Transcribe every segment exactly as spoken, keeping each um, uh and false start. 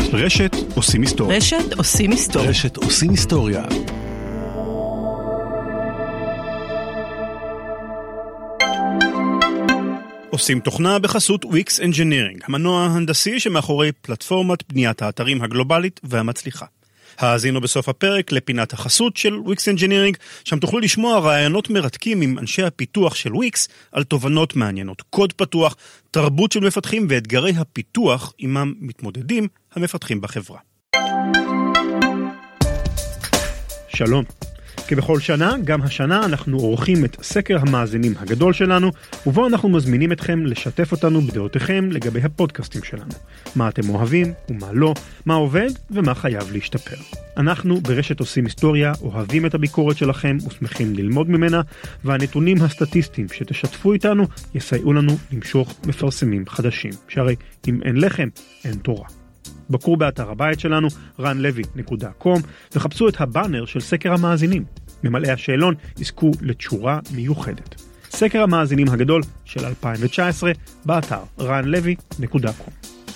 רשת עושים היסטוריה. רשת עושים היסטוריה. רשת עושים היסטוריה. עושים תוכנה בחסות וויקס Engineering, המנוע ההנדסי שמאחורי פלטפורמת בניית האתרים הגלובלית והמצליחה. האזינו בסוף הפרק לפינת החסות של וויקס Engineering, שם תוכלו לשמוע רעיונות מרתקים עם אנשי הפיתוח של וויקס על תובנות מעניינות, קוד פתוח, תרבות של מפתחים ואתגרי הפיתוח עימם מתמודדים המפתחים בחברה. שלום. כבכל שנה, גם השנה אנחנו עורכים את סקר המאזינים הגדול שלנו, ובו אנחנו מזמינים אתכם לשתף אותנו בדעותיכם לגבי הפודקאסטים שלנו. מה אתם אוהבים ומה לא, מה עובד ומה חייב להשתפר. אנחנו ברשת עושים היסטוריה, אוהבים את הביקורת שלכם ושמחים ללמוד ממנה, והנתונים הסטטיסטיים שתשתפו איתנו יסייעו לנו למשוך מפרסמים חדשים. שהרי אם אין לחם, אין תורה. בקרו באתר הבית שלנו רן לוי נקודה קום וחפשו את הבאנר של סקר המאזינים. ממלאי השאלון יזכו לתשורה מיוחדת. סקר המאזינים הגדול של אלפיים תשע עשרה באתר רן לוי נקודה קום.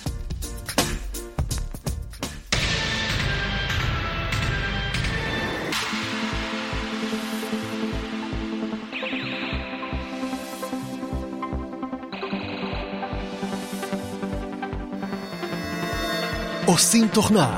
עושים תוכנה.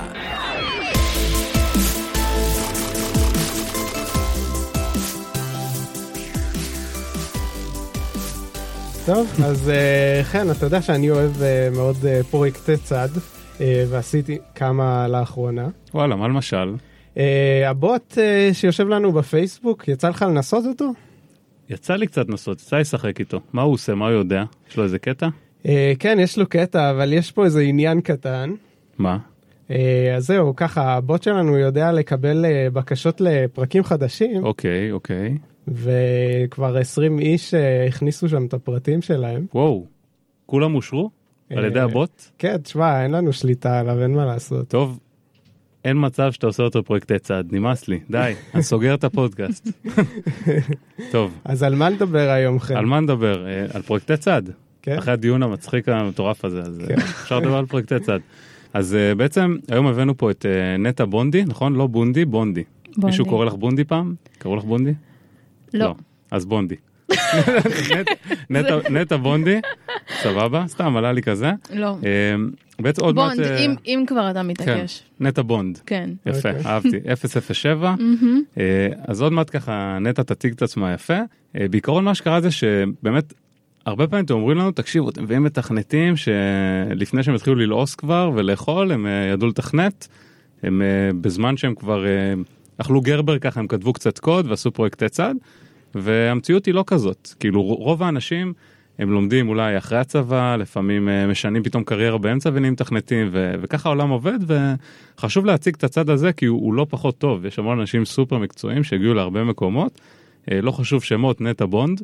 טוב, אז כן, אתה יודע שאני אוהב מאוד פרויקטי צד, ועשיתי כמה לאחרונה. וואלה, מה למשל? הבוט שיושב לנו בפייסבוק, יצא לך לנסות אותו? יצא לי קצת לנסות, יצא לשחק איתו. מה הוא עושה, מה הוא יודע? יש לו איזה קטע? כן, יש לו קטע, אבל יש פה איזה עניין קטן. מה? אז זהו, ככה, הבוט שלנו יודע לקבל בקשות לפרקים חדשים. אוקיי, אוקיי. וכבר עשרים איש הכניסו שם את הפרטים שלהם. וואו, כולם אושרו? על ידי הבוט? כן, תשמע, אין לנו שליטה עליו, אין מה לעשות. טוב, אין מצב שאתה עושה אותו פרויקטי צד, נמאס לי, די, אני סוגר את הפודקאסט. טוב. אז על מה נדבר היום, חן? על מה נדבר? על פרויקטי צד. אחרי הדיון המצחיק המטורף הזה, אז אפשר לדבר על פרויקטי צד. אז uh, בעצם היום הבאנו פה את uh, נטע בונדי, נכון? לא בונדי, בונדי. בונדי. מישהו קורא לך בונדי פעם? קראו לך בונדי? לא. לא. אז בונדי. נטע, נטע, נטע בונדי, סבבה? סתם, עלה לי כזה. לא. Uh, בעצם עוד בונד, מעט... אם, אם כבר אתה מתעקש. כן, נטע בונד. כן. יפה, okay. אהבתי. אפס אפס שבע. uh, אז עוד מעט ככה נטע תציג את עצמה יפה. Uh, בעיקרון מה שקרה זה שבאמת... הרבה פעמים אתם אומרים לנו, תקשיבו, אתם מביאים מתכנתים שלפני שהם התחילו ללעוס כבר ולאכול, הם ידעו לתכנת, הם בזמן שהם כבר אכלו גרבר ככה, הם כתבו קצת קוד ועשו פרויקטי צד, והמציאות היא לא כזאת. כאילו רוב האנשים הם לומדים אולי אחרי הצבא, לפעמים משנים פתאום קריירה באמצע ונהיים מתכנתים, ו- וככה העולם עובד, וחשוב להציג את הצד הזה כי הוא, הוא לא פחות טוב. יש המון אנשים סופר מקצועיים שהגיעו להרבה מקומות, לא חשוב שמות, נטע בונד,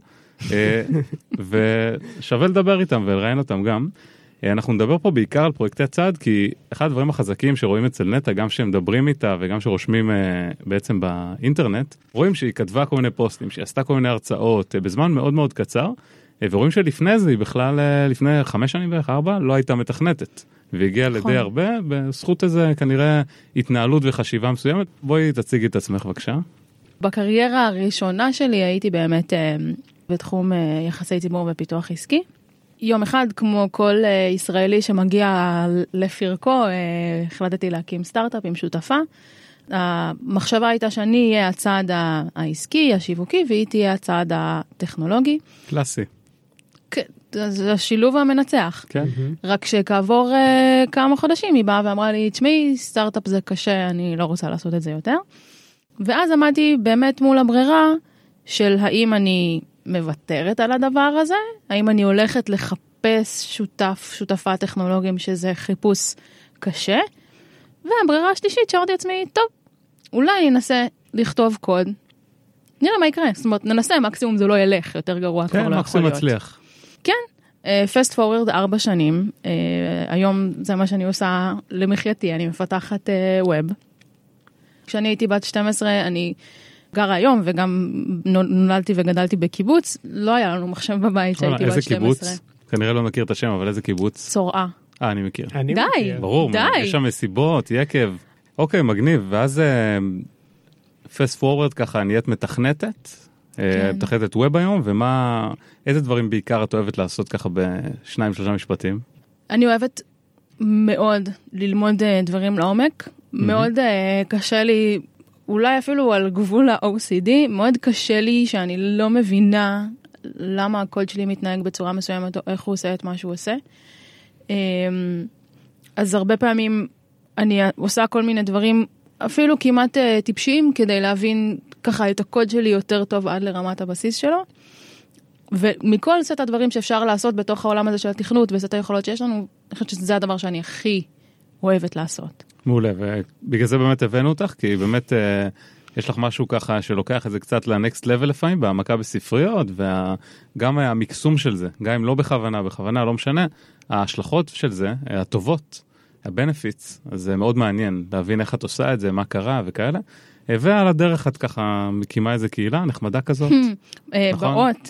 ושווה לדבר איתם ולראיין אותם גם. אנחנו נדבר פה בעיקר על פרויקטי צד, כי אחד הדברים החזקים שרואים אצל נטע, גם שהם מדברים איתה וגם שרושמים בעצם באינטרנט, רואים שהיא כתבה כל מיני פוסטים, שהיא עשתה כל מיני הרצאות בזמן מאוד מאוד קצר, ורואים שלפני זה היא בכלל, לפני חמש שנים ואיך ארבע, לא הייתה מתכנתת, והגיעה לידי הרבה, בזכות איזה כנראה התנהלות וחשיבה מסוימת. בואי תציגי את עצמך בבקשה. בקריירה הראשונה שלי הייתי באמת בתחום יחסי ציבור ופיתוח עסקי. יום אחד, כמו כל ישראלי שמגיע לפרקו, החלטתי להקים סטארט-אפ עם שותפה. המחשבה הייתה שאני אהיה הצעד העסקי, השיווקי, והיא תהיה הצעד הטכנולוגי. קלאסי. זה השילוב המנצח. כן. רק שכעבור כמה חודשים היא באה ואמרה לי, תשמעי, סטארט-אפ זה קשה, אני לא רוצה לעשות את זה יותר. ואז עמדתי באמת מול הברירה של האם אני מוותרת על הדבר הזה, האם אני הולכת לחפש שותף, שותפה טכנולוגיים שזה חיפוש קשה, והברירה השלישית שאמרתי עצמי, טוב, אולי ננסה לכתוב קוד, נראה מה יקרה, זאת אומרת, ננסה, מקסימום זה לא ילך, יותר גרוע כבר לא יכול להיות. כן, מקסימום מצליח. כן, פסט פורוורד ארבע שנים, היום זה מה שאני עושה למחייתי, אני מפתחת ווב. כשאני הייתי בת שתים עשרה, אני גרה היום, וגם נולדתי וגדלתי בקיבוץ, לא היה לנו מחשב בבית שהייתי בת שתים עשרה. איזה קיבוץ? כנראה לא מכיר את השם, אבל איזה קיבוץ? צורעה. אה, אני מכיר. אני די. מכיר. ברור, די. יש שם מסיבות, יקב. אוקיי, מגניב. ואז פסט פורוורד ככה נהיית מתכנתת, כן. מתכנתת ווב היום, ומה, איזה דברים בעיקר את אוהבת לעשות ככה בשניים, שלושה משפטים? אני אוהבת מאוד ללמוד אה, דברים לעומק, מאוד אה, קשה לי, אולי אפילו על גבול ה-או סי די, מאוד קשה לי שאני לא מבינה למה הקוד שלי מתנהג בצורה מסוימת, או איך הוא עושה את מה שהוא עושה. אה, אז הרבה פעמים אני עושה כל מיני דברים, אפילו כמעט אה, טיפשיים, כדי להבין ככה את הקוד שלי יותר טוב עד לרמת הבסיס שלו. ומכל סט הדברים שאפשר לעשות בתוך העולם הזה של התכנות וסט היכולות שיש לנו, אני חושבת שזה הדבר שאני הכי אוהבת לעשות. מעולה, ובגלל זה באמת הבאנו אותך, כי באמת אה, יש לך משהו ככה שלוקח את זה קצת לנקסט לבל לפעמים, בהעמקה בספריות, וגם וה, המקסום של זה, גם אם לא בכוונה, בכוונה, לא משנה, ההשלכות של זה, הטובות, הבנפיטס, אז זה מאוד מעניין להבין איך את עושה את זה, מה קרה וכאלה, ועל הדרך את ככה מקימה איזה קהילה נחמדה כזאת. נכון? באות.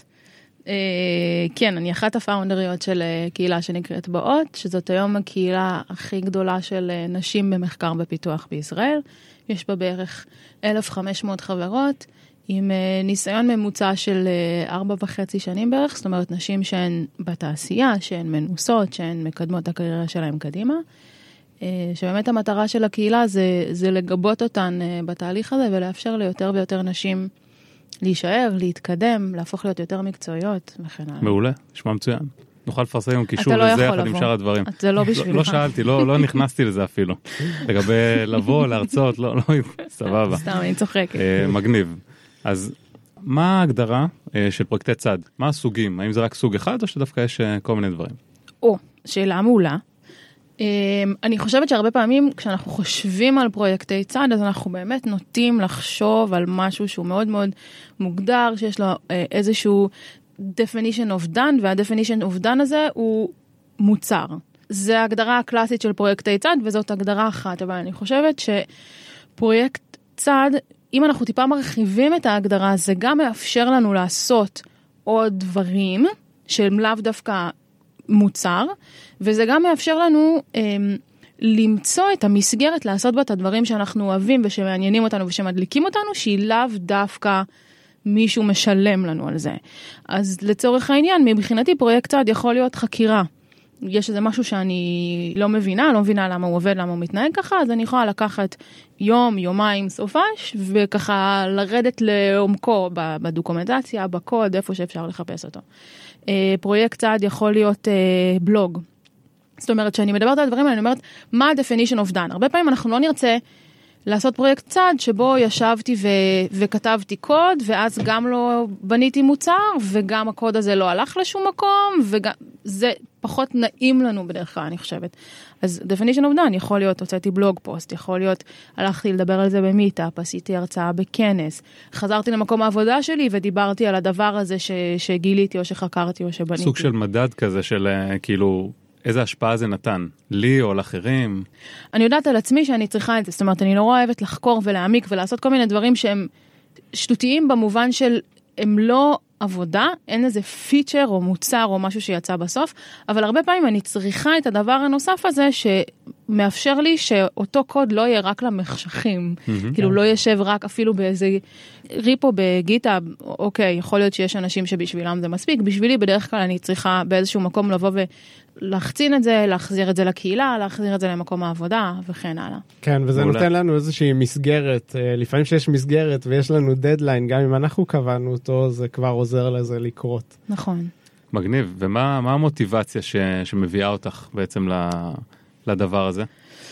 כן, אני אחת הפאונדריות של קהילה שנקראת באות, שזאת היום הקהילה הכי גדולה של נשים במחקר ופיתוח בישראל. יש בה בערך אלף וחמש מאות חברות, עם ניסיון ממוצע של ארבע וחצי שנים בערך, זאת אומרת נשים שהן בתעשייה, שהן מנוסות, שהן מקדמות את הקריירה שלהן קדימה. שבאמת המטרה של הקהילה זה, זה לגבות אותן בתהליך הזה, ולאפשר ליותר ויותר נשים להישאר, להתקדם, להפוך להיות יותר מקצועיות וכן הלאה. מעולה, נשמע מצוין. נוכל לפרסם עם קישור לא לזה יחד עם שאר הדברים. אתה לא בשבילך. לא, לא שאלתי, לא, לא נכנסתי לזה אפילו. לגבי לבוא, להרצות, לא, לא, סבבה. סתם, אני צוחקת. מגניב. אז מה ההגדרה של פרויקטי צד? מה הסוגים? האם זה רק סוג אחד או שדווקא יש כל מיני דברים? או, שאלה מעולה. אני חושבת שהרבה פעמים כשאנחנו חושבים על פרויקטי צד, אז אנחנו באמת נוטים לחשוב על משהו שהוא מאוד מאוד מוגדר, שיש לו איזשהו definition of done, וה-definition of done הזה הוא מוצר. זה ההגדרה הקלאסית של פרויקטי צד, וזאת הגדרה אחת, אבל אני חושבת שפרויקט צד, אם אנחנו טיפה מרחיבים את ההגדרה, זה גם מאפשר לנו לעשות עוד דברים, שהם לאו דווקא מוצר, וזה גם מאפשר לנו אה, למצוא את המסגרת, לעשות בה את הדברים שאנחנו אוהבים ושמעניינים אותנו ושמדליקים אותנו, שהיא לאו דווקא מישהו משלם לנו על זה. אז לצורך העניין, מבחינתי פרויקט צד יכול להיות חקירה. יש איזה משהו שאני לא מבינה, לא מבינה למה הוא עובד, למה הוא מתנהג ככה, אז אני יכולה לקחת יום, יומיים סופש, וככה לרדת לעומקו בדוקומנטציה, בקוד, איפה שאפשר לחפש אותו. פרויקט צד יכול להיות בלוג. זאת אומרת, שאני מדברת על הדברים האלה, אני אומרת, מה ה-definition of done? הרבה פעמים אנחנו לא נרצה לעשות פרויקט צד, שבו ישבתי ו- וכתבתי קוד, ואז גם לא בניתי מוצר, וגם הקוד הזה לא הלך לשום מקום, וגם זה פחות נעים לנו בדרך כלל, אני חושבת. אז definition of done יכול להיות, הוצאתי בלוג פוסט, יכול להיות, הלכתי לדבר על זה במיטאפ, עשיתי הרצאה בכנס, חזרתי למקום העבודה שלי, ודיברתי על הדבר הזה ש- שגיליתי, או שחקרתי, או שבניתי. סוג של מדד כזה, של כאילו, איזה השפעה זה נתן? לי או לאחרים? אני יודעת על עצמי שאני צריכה את זה, זאת אומרת, אני לא אוהבת לחקור ולהעמיק ולעשות כל מיני דברים שהם שטותיים במובן של הם לא עבודה, אין איזה פיצ'ר או מוצר או משהו שיצא בסוף, אבל הרבה פעמים אני צריכה את הדבר הנוסף הזה שמאפשר לי שאותו קוד לא יהיה רק למחשכים, כאילו לא ישב רק אפילו באיזה ריפו בגיטאב, אוקיי, יכול להיות שיש אנשים שבשבילם זה מספיק, בשבילי בדרך כלל אני צריכה באיזשהו מקום לבוא ולהחצין את זה, להחזיר את זה לקהילה, להחזיר את זה למקום העבודה וכן הלאה. כן, וזה נותן לנו איזושהי מסגרת, לפעמים שיש מסגרת ויש לנו דדליין, גם אם אנחנו קבענו אותו, זה כבר עוזר לזה לקרות. נכון. מגניב, ומה מה המוטיבציה ש, שמביאה אותך בעצם לדבר הזה?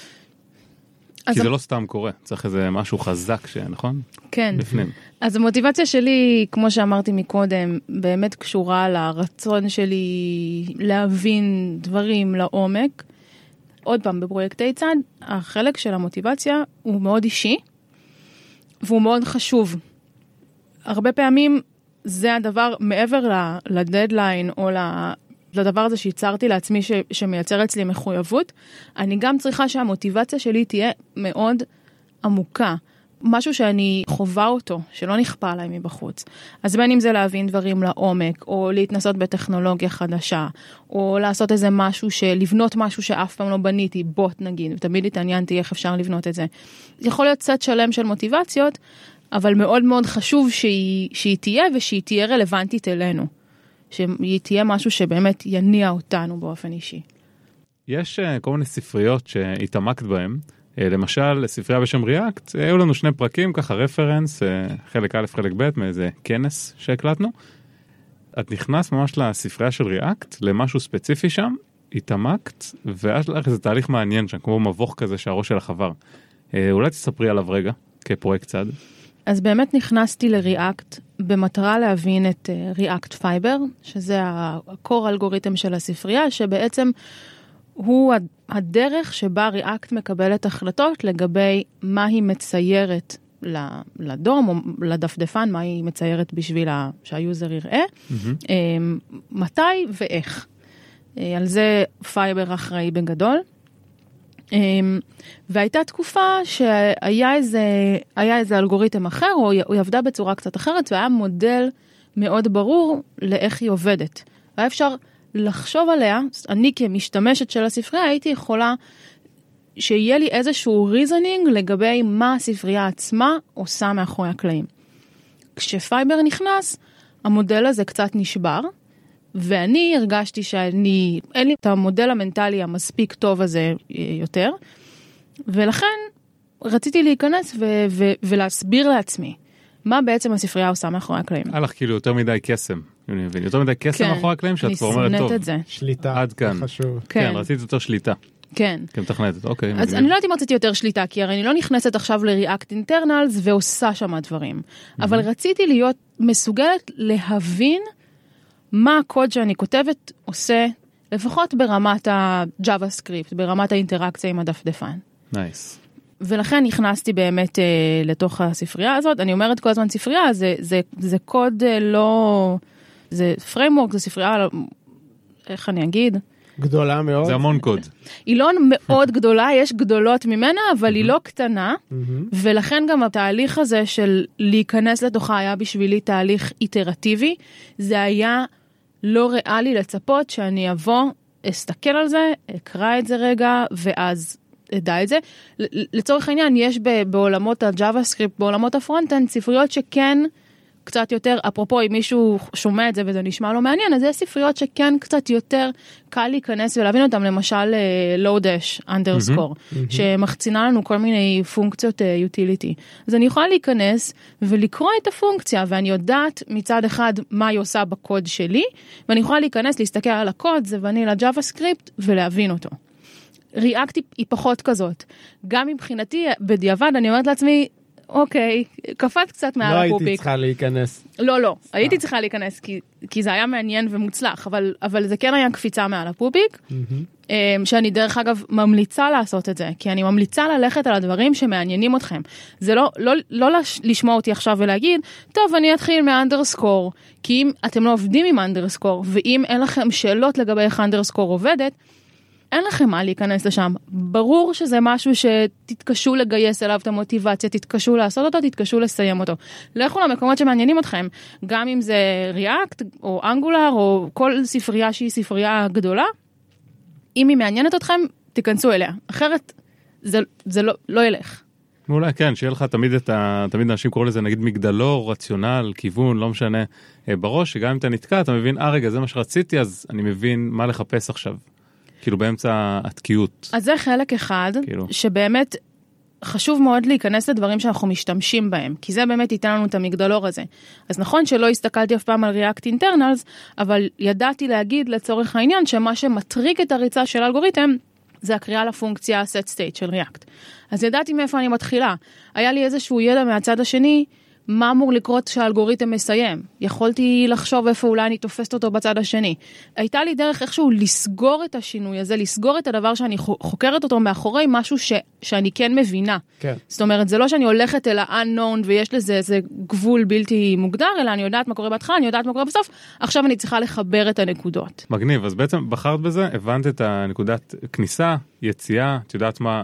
כי זה לא סתם קורה, צריך איזה משהו חזק, נכון? כן. בפנים. אז המוטיבציה שלי, כמו שאמרתי מקודם, באמת קשורה לרצון שלי להבין דברים לעומק. עוד פעם, בפרויקטי צד, החלק של המוטיבציה הוא מאוד אישי, והוא מאוד חשוב. הרבה פעמים זה הדבר מעבר לדדליין או לדבר הזה שיצרתי לעצמי ש, שמייצר אצלי מחויבות, אני גם צריכה שהמוטיבציה שלי תהיה מאוד עמוקה, משהו שאני חובה אותו, שלא נכפה עליי מבחוץ. אז בין אם זה להבין דברים לעומק, או להתנסות בטכנולוגיה חדשה, או לעשות איזה משהו, לבנות משהו שאף פעם לא בניתי, בוט נגיד, ותמיד התעניינתי איך אפשר לבנות את זה. יכול להיות סט שלם של מוטיבציות, אבל מאוד מאוד חשוב שהיא, שהיא תהיה, ושהיא תהיה רלוונטית אלינו. שהיא תהיה משהו שבאמת יניע אותנו באופן אישי. יש כל מיני ספריות שהתעמקת בהן, למשל, ספרייה בשם ריאקט, היו לנו שני פרקים, ככה רפרנס, חלק א', חלק ב', מאיזה כנס שהקלטנו. את נכנס ממש לספרייה של ריאקט, למשהו ספציפי שם, התעמקת, ואז לך איזה תהליך מעניין שם, כמו מבוך כזה שהראש שלך עבר. אולי תספרי עליו רגע, כפרויקט צד. אז באמת נכנסתי לריאקט, במטרה להבין את ריאקט פייבר, שזה הקור אלגוריתם של הספרייה, שבעצם הוא הדרך שבה ריאקט מקבלת החלטות לגבי מה היא מציירת לדום או לדפדפן, מה היא מציירת בשביל שהיוזר יראה, mm-hmm. מתי ואיך. על זה פייבר אחראי בגדול. והייתה תקופה שהיה איזה, היה איזה אלגוריתם אחר, או היא עבדה בצורה קצת אחרת, והיה מודל מאוד ברור לאיך היא עובדת. והיה אפשר לחשוב עליה, אני כמשתמשת של הספרייה, הייתי יכולה שיהיה לי איזשהו ריזנינג לגבי מה הספרייה עצמה עושה מאחורי הקלעים. כשפייבר נכנס, המודל הזה קצת נשבר, ואני הרגשתי שאני, אין לי את המודל המנטלי המספיק טוב הזה יותר, ולכן רציתי להיכנס ו- ו- ולהסביר לעצמי מה בעצם הספרייה עושה מאחורי הקלעים. הלך כאילו יותר מדי קסם, אני מבין, יותר מדי קסם מאחורי הקלעים שאת כבר אומרת טוב. שליטה, עד כאן. חשוב. כן, רציתי יותר שליטה. כן. כמתכנתת, אוקיי. אז אני לא יודעת אם רציתי יותר שליטה, כי הרי אני לא נכנסת עכשיו ל-React Internals ועושה שם דברים. אבל רציתי להיות מסוגלת להבין מה הקוד שאני כותבת עושה, לפחות ברמת ה-JavaScript, ברמת האינטראקציה עם הדפדפן. נייס. ולכן נכנסתי באמת אה, לתוך הספרייה הזאת. אני אומרת כל הזמן ספרייה, זה, זה, זה קוד אה, לא... זה framework, זה ספרייה, איך אני אגיד? גדולה מאוד. זה המון קוד. היא לא מאוד גדולה, יש גדולות ממנה, אבל היא לא קטנה, ולכן גם התהליך הזה של להיכנס לתוכה היה בשבילי תהליך איטרטיבי, זה היה לא ריאלי לצפות שאני אבוא, אסתכל על זה, אקרא את זה רגע, ואז אדע את זה. לצורך העניין, יש בעולמות ה-JavaScript, בעולמות הפרונט-אנד, ספריות שכן קצת יותר, אפרופו, אם מישהו שומע את זה וזה נשמע לא מעניין, אז יש ספריות שכן קצת יותר קל להיכנס ולהבין אותם, למשל לואודש אנדרסקור, שמחצינה לנו כל מיני פונקציות utility. אז אני יכולה להיכנס ולקרוא את הפונקציה, ואני יודעת מצד אחד מה היא עושה בקוד שלי, ואני יכולה להיכנס, להסתכל על הקוד, זה ואני לג'אווה-סקריפט, ולהבין אותו. ריאקט היא פחות כזאת. גם מבחינתי, בדיעבד, אני אומרת לעצמי, אוקיי, קפת קצת מעל הפופיק. לא הייתי צריכה להיכנס. לא, לא, הייתי צריכה להיכנס, כי, כי זה היה מעניין ומוצלח, אבל, אבל זה כן היה קפיצה מעל הפופיק, mm-hmm. שאני דרך אגב ממליצה לעשות את זה, כי אני ממליצה ללכת על הדברים שמעניינים אתכם. זה לא, לא, לא לשמוע אותי עכשיו ולהגיד, טוב, אני אתחיל מאנדרסקור, כי אם אתם לא עובדים עם אנדרסקור, ואם אין לכם שאלות לגבי איך אנדרסקור עובדת, אין לכם מה להיכנס לשם. ברור שזה משהו שתתקשו לגייס אליו את המוטיבציה, תתקשו לעשות אותו, תתקשו לסיים אותו. לכו למקומות שמעניינים אתכם, גם אם זה React או Angular או כל ספרייה שהיא ספרייה גדולה, אם היא מעניינת אתכם, תיכנסו אליה. אחרת זה, זה לא, לא ילך. אולי כן, שיהיה לך תמיד את ה... תמיד אנשים קוראים לזה, נגיד מגדלור, רציונל, כיוון, לא משנה, בראש, שגם אם אתה נתקע, אתה מבין, אה רגע, זה מה שרציתי, אז אני מבין מה לחפש עכשיו. כאילו באמצע התקיעות. אז זה חלק אחד, כאילו. שבאמת חשוב מאוד להיכנס לדברים שאנחנו משתמשים בהם, כי זה באמת ייתן לנו את המגדלור הזה. אז נכון שלא הסתכלתי אף פעם על React Internals, אבל ידעתי להגיד לצורך העניין, שמה שמטריק את הריצה של האלגוריתם, זה הקריאה לפונקציה set state של React. אז ידעתי מאיפה אני מתחילה. היה לי איזשהו ידע מהצד השני, מה אמור לקרות שהאלגוריתם מסיים? יכולתי לחשוב איפה אולי אני תופסת אותו בצד השני. הייתה לי דרך איכשהו לסגור את השינוי הזה, לסגור את הדבר שאני חוקרת אותו מאחורי משהו ש, שאני כן מבינה. כן. זאת אומרת, זה לא שאני הולכת אל ה-unknown ויש לזה איזה גבול בלתי מוגדר, אלא אני יודעת מה קורה בהתחלה, אני יודעת מה קורה בסוף, עכשיו אני צריכה לחבר את הנקודות. מגניב, אז בעצם בחרת בזה, הבנת את הנקודת כניסה, יציאה, את יודעת מה...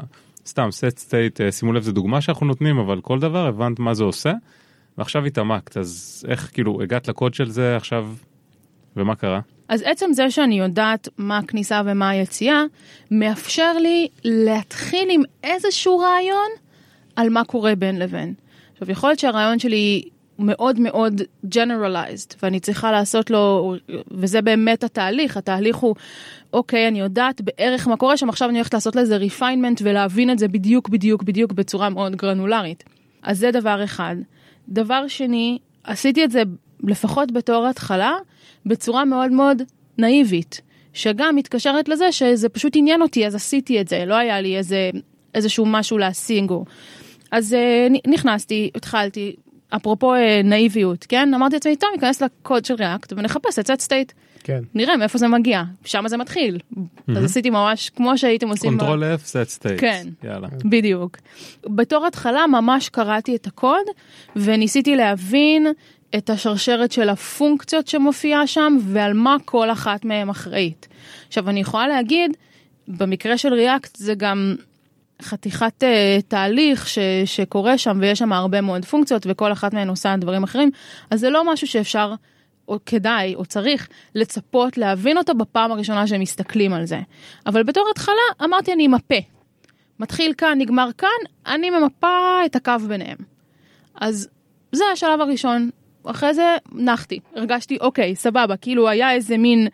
סתם, set state, שימו לב, זה דוגמה שאנחנו נותנים, אבל כל דבר, הבנת מה זה עושה, ועכשיו התעמקת, אז איך, כאילו, הגעת לקוד של זה עכשיו, ומה קרה? אז עצם זה שאני יודעת מה הכניסה ומה היציאה, מאפשר לי להתחיל עם איזשהו רעיון על מה קורה בין לבין. עכשיו, יכול להיות שהרעיון שלי מאוד מאוד generalized, ואני צריכה לעשות לו, וזה באמת התהליך, התהליך הוא, אוקיי, אני יודעת בערך מה קורה שם, עכשיו אני הולכת לעשות לזה refinement, ולהבין את זה בדיוק, בדיוק, בדיוק, בצורה מאוד גרנולרית. אז זה דבר אחד. דבר שני, עשיתי את זה לפחות בתור התחלה, בצורה מאוד מאוד נאיבית, שגם מתקשרת לזה שזה פשוט עניין אותי, אז עשיתי את זה, לא היה לי איזה, איזשהו משהו להשיג. אז נכנסתי, התחלתי, אפרופו נאיביות, כן? אמרתי לעצמי, טוב, ניכנס לקוד של ריאקט ונחפש את set state. כן. נראה מאיפה זה מגיע, שם זה מתחיל. אז עשיתי ממש כמו שהייתם עושים. קונטרול F, set state. כן, יאללה. בדיוק. בתור התחלה ממש קראתי את הקוד, וניסיתי להבין את השרשרת של הפונקציות שמופיעה שם, ועל מה כל אחת מהן אחראית. עכשיו, אני יכולה להגיד, במקרה של ריאקט זה גם חתיכת uh, תהליך ש, שקורה שם, ויש שם הרבה מאוד פונקציות, וכל אחת מהן עושה דברים אחרים, אז זה לא משהו שאפשר, או כדאי, או צריך, לצפות, להבין אותו בפעם הראשונה שהם מסתכלים על זה. אבל בתור התחלה, אמרתי, אני מפה. מתחיל כאן, נגמר כאן, אני ממפה את הקו ביניהם. אז זה השלב הראשון. אחרי זה נחתי, הרגשתי, אוקיי, סבבה, כאילו היה איזה מין,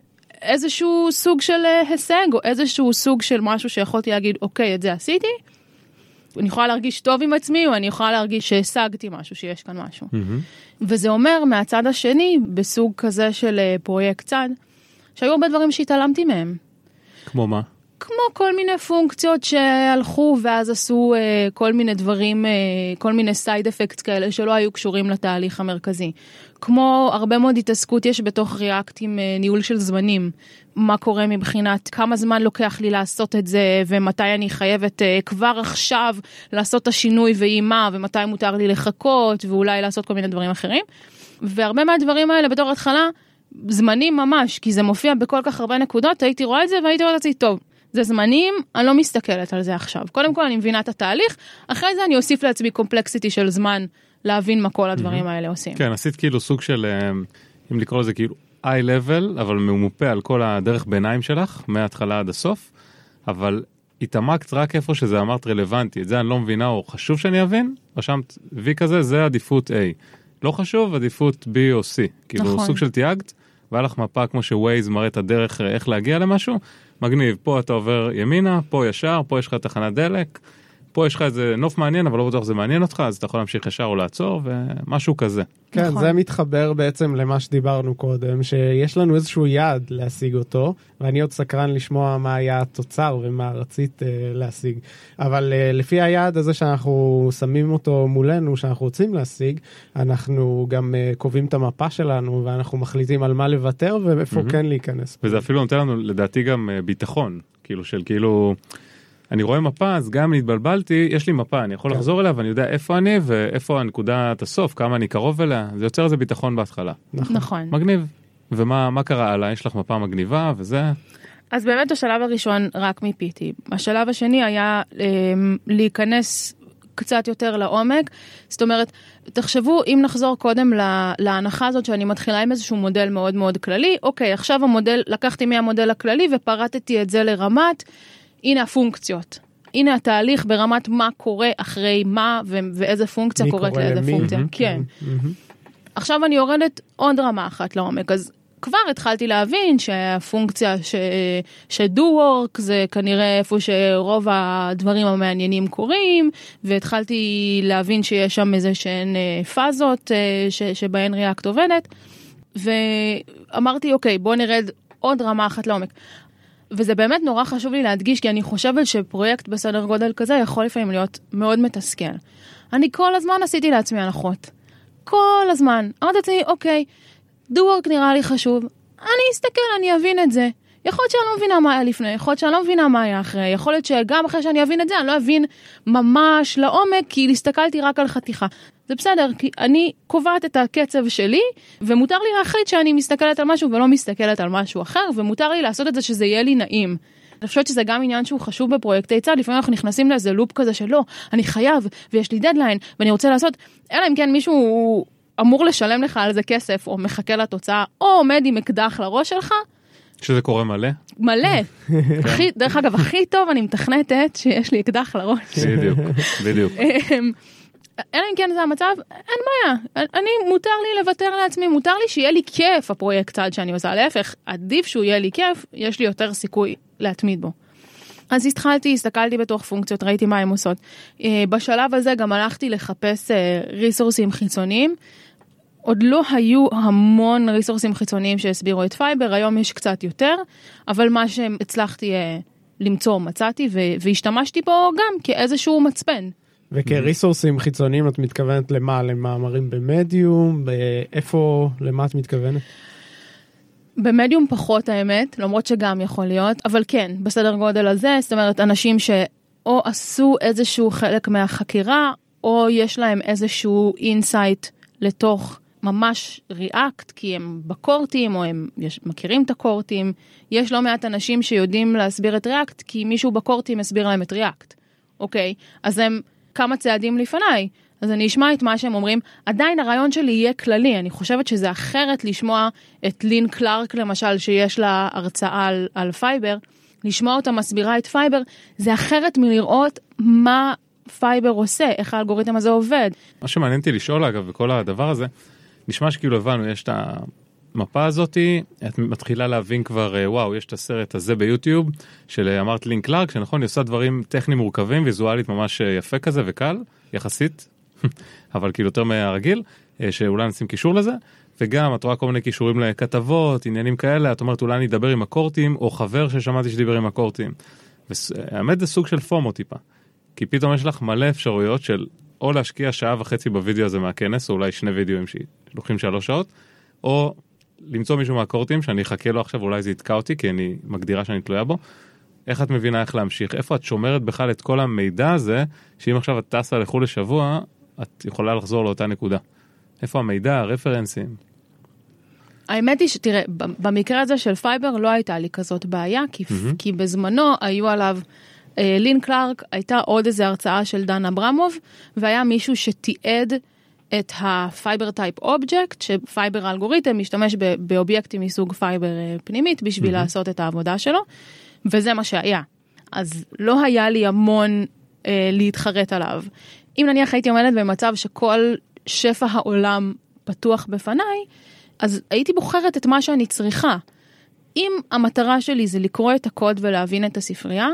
איזשהו סוג של הישג, או איזשהו סוג של משהו שיכולתי להגיד, אוקיי, את זה עשיתי, אני יכולה להרגיש טוב עם עצמי, או אני יכולה להרגיש שהשגתי משהו, שיש כאן משהו. Mm-hmm. וזה אומר, מהצד השני, בסוג כזה של פרויקט צד, שהיו הרבה דברים שהתעלמתי מהם. כמו מה? כמו כל מיני פונקציות שהלכו ואז עשו uh, כל מיני דברים, uh, כל מיני סייד אפקטס כאלה שלא היו קשורים לתהליך המרכזי. כמו הרבה מאוד התעסקות יש בתוך ריאקט עם uh, ניהול של זמנים. מה קורה מבחינת כמה זמן לוקח לי לעשות את זה, ומתי אני חייבת uh, כבר עכשיו לעשות את השינוי ואימה, ומתי מותר לי לחכות, ואולי לעשות כל מיני דברים אחרים. והרבה מהדברים האלה בתור התחלה, זמנים ממש, כי זה מופיע בכל כך הרבה נקודות, הייתי רואה את זה והייתי רואה את זה טוב. זה זמנים, אני לא מסתכלת על זה עכשיו. קודם כל אני מבינה את התהליך, אחרי זה אני אוסיף לעצמי קומפלקסיטי של זמן, להבין מה כל הדברים האלה עושים. כן, עשית כאילו סוג של, אם לקרוא לזה כאילו איי-לבל, אבל ממופה על כל הדרך ביניים שלך, מההתחלה עד הסוף, אבל התעמקת רק איפה שזה אמרת רלוונטי, את זה אני לא מבינה, או חשוב שאני אבין, רשמת V כזה, זה עדיפות A. לא חשוב, עדיפות B או C. כאילו סוג של תייגת, והיה לך מפה כמו שווייז מראה את הדרך איך להגיע למשהו, מגניב, פה אתה עובר ימינה, פה ישר, פה יש לך תחנת דלק, פה יש לך איזה נוף מעניין, אבל לא בטוח זה מעניין אותך, אז אתה יכול להמשיך ישר או לעצור, ומשהו כזה. כן, נכון. זה מתחבר בעצם למה שדיברנו קודם, שיש לנו איזשהו יעד להשיג אותו, ואני עוד סקרן לשמוע מה היה התוצר ומה רצית uh, להשיג. אבל uh, לפי היעד הזה שאנחנו שמים אותו מולנו, שאנחנו רוצים להשיג, אנחנו גם uh, קובעים את המפה שלנו, ואנחנו מחליטים על מה לוותר ואיפה mm-hmm. כן להיכנס. וזה אפילו נותן לנו לדעתי גם uh, ביטחון, כאילו של כאילו... אני רואה מפה, אז גם אם התבלבלתי, יש לי מפה, אני יכול כן. לחזור אליה, ואני יודע איפה אני, ואיפה הנקודת הסוף, כמה אני קרוב אליה, זה יוצר איזה ביטחון בהתחלה. נכון. נכון. מגניב. ומה מה קרה עלה? יש לך מפה מגניבה, וזה... אז באמת השלב הראשון רק מיפיתי. השלב השני היה אה, להיכנס קצת יותר לעומק, זאת אומרת, תחשבו, אם נחזור קודם לה, להנחה הזאת, שאני מתחילה עם איזשהו מודל מאוד מאוד כללי, אוקיי, עכשיו המודל, לקחתי מהמודל הכללי, ופרטתי את זה לרמת, הנה הפונקציות. הנה התהליך ברמת מה קורה אחרי מה, ו- ואיזה פונקציה קורית לאיזה למי. פונקציה. Mm-hmm. כן. Mm-hmm. עכשיו אני יורדת עוד רמה אחת לעומק, אז כבר התחלתי להבין שהפונקציה ש- ש-do work זה כנראה איפה שרוב הדברים המעניינים קורים, והתחלתי להבין שיש שם איזה שהן פאזות ש- שבהן ריאקט עובדת, ואמרתי אוקיי, בוא נרד עוד רמה אחת לעומק. וזה באמת נורא חשוב לי להדגיש, כי אני חושבת שפרויקט בסדר גודל כזה יכול לפעמים להיות מאוד מתסכל. אני כל הזמן עשיתי לעצמי הנחות. כל הזמן. אמרתי לעצמי, אוקיי, do work נראה לי חשוב. אני אסתכל, אני אבין את זה. יכול להיות שאני לא מבינה מה היה לפני, יכול להיות שאני לא מבינה מה היה אחרי, יכול להיות שגם אחרי שאני אבין את זה, אני לא אבין ממש לעומק, כי הסתכלתי רק על חתיכה. זה בסדר, כי אני קובעת את הקצב שלי, ומותר לי להחליט שאני מסתכלת על משהו ולא מסתכלת על משהו אחר, ומותר לי לעשות את זה שזה יהיה לי נעים. אני חושבת שזה גם עניין שהוא חשוב בפרויקטי צד, לפעמים אנחנו נכנסים לאיזה לופ כזה שלא, אני חייב, ויש לי דדליין, ואני רוצה לעשות, אלא אם כן מישהו אמור לשלם לך על זה כסף, או מחכה לתוצאה, או עומד עם אקדח לראש שלך. שזה קורה מלא? מלא. הכי, דרך אגב, הכי טוב אני מתכנתת שיש לי אקדח לראש. בדיוק, בדיוק. אלא אם כן זה המצב, אין בעיה. אני, מותר לי לוותר לעצמי, מותר לי שיהיה לי כיף הפרויקט צד שאני עושה. להפך, עדיף שהוא יהיה לי כיף, יש לי יותר סיכוי להתמיד בו. אז התחלתי, הסתכלתי בתוך פונקציות, ראיתי מה הם עושות. בשלב הזה גם הלכתי לחפש ריסורסים חיצוניים. עוד לא היו המון ריסורסים חיצוניים שהסבירו את פייבר, היום יש קצת יותר, אבל מה שהצלחתי למצוא מצאתי, והשתמשתי בו גם כאיזשהו מצפן. וכריסורסים חיצוניים את מתכוונת למה? למאמרים במדיום? איפה, למה את מתכוונת? במדיום פחות האמת, למרות שגם יכול להיות, אבל כן, בסדר גודל הזה, זאת אומרת, אנשים שאו עשו איזשהו חלק מהחקירה, או יש להם איזשהו אינסייט לתוך ממש ריאקט, כי הם בקורטים, או הם יש, מכירים את הקורטים. יש לא מעט אנשים שיודעים להסביר את ריאקט, כי מישהו בקורטים הסביר להם את ריאקט. אוקיי? אז הם כמה צעדים לפניי. אז אני אשמע את מה שהם אומרים. עדיין הרעיון שלי יהיה כללי. אני חושבת שזה אחרת לשמוע את לין קלארק, למשל, שיש לה הרצאה על, על פייבר. לשמוע אותה מסבירה את פייבר, זה אחרת מלראות מה פייבר עושה, איך האלגוריתם הזה עובד. מה שמעניין אותי לשאול, אגב, בכל הדבר הזה, נשמע שכאילו הבנו, יש את המפה הזאת, את מתחילה להבין כבר, וואו, יש את הסרט הזה ביוטיוב, של אמרת לין קלארק, שנכון, היא עושה דברים טכניים מורכבים, ויזואלית ממש יפה כזה וקל, יחסית, אבל כאילו יותר מהרגיל, שאולי נשים קישור לזה, וגם את רואה כל מיני קישורים לכתבות, עניינים כאלה, את אומרת, אולי אני אדבר עם הקורטים, או חבר ששמעתי שדיבר עם הקורטים. והאמת זה סוג של פומו טיפה, כי פתאום יש לך מלא אפשרויות של או להשקיע שעה וחצי בווידאו הזה מהכנס, או אולי שני וידאוים שלוקחים שלוש שעות, או למצוא מישהו מהקורטים שאני אחכה לו עכשיו, אולי זה יתקע אותי, כי אני מגדירה שאני תלויה בו. איך את מבינה איך להמשיך? איפה את שומרת בכלל את כל המידע הזה, שאם עכשיו את טסה לחו"ל לשבוע, את יכולה לחזור לאותה נקודה. איפה המידע, הרפרנסים? האמת היא שתראה, במקרה הזה של פייבר לא הייתה לי כזאת בעיה, כי, mm-hmm. כי בזמנו היו עליו, אה, לין קלארק הייתה עוד איזו הרצאה של דן אברמוב, והיה מישהו שתיעד את הפייבר טייפ אובייקט, שפייבר האלגוריתם משתמש באובייקטים מסוג פייבר פנימית, בשביל mm-hmm. לעשות את העבודה שלו, וזה מה שהיה. אז לא היה לי המון אה, להתחרט עליו. אם נניח הייתי עומדת במצב שכל שפע העולם פתוח בפניי, אז הייתי בוחרת את מה שאני צריכה. אם המטרה שלי זה לקרוא את הקוד ולהבין את הספרייה,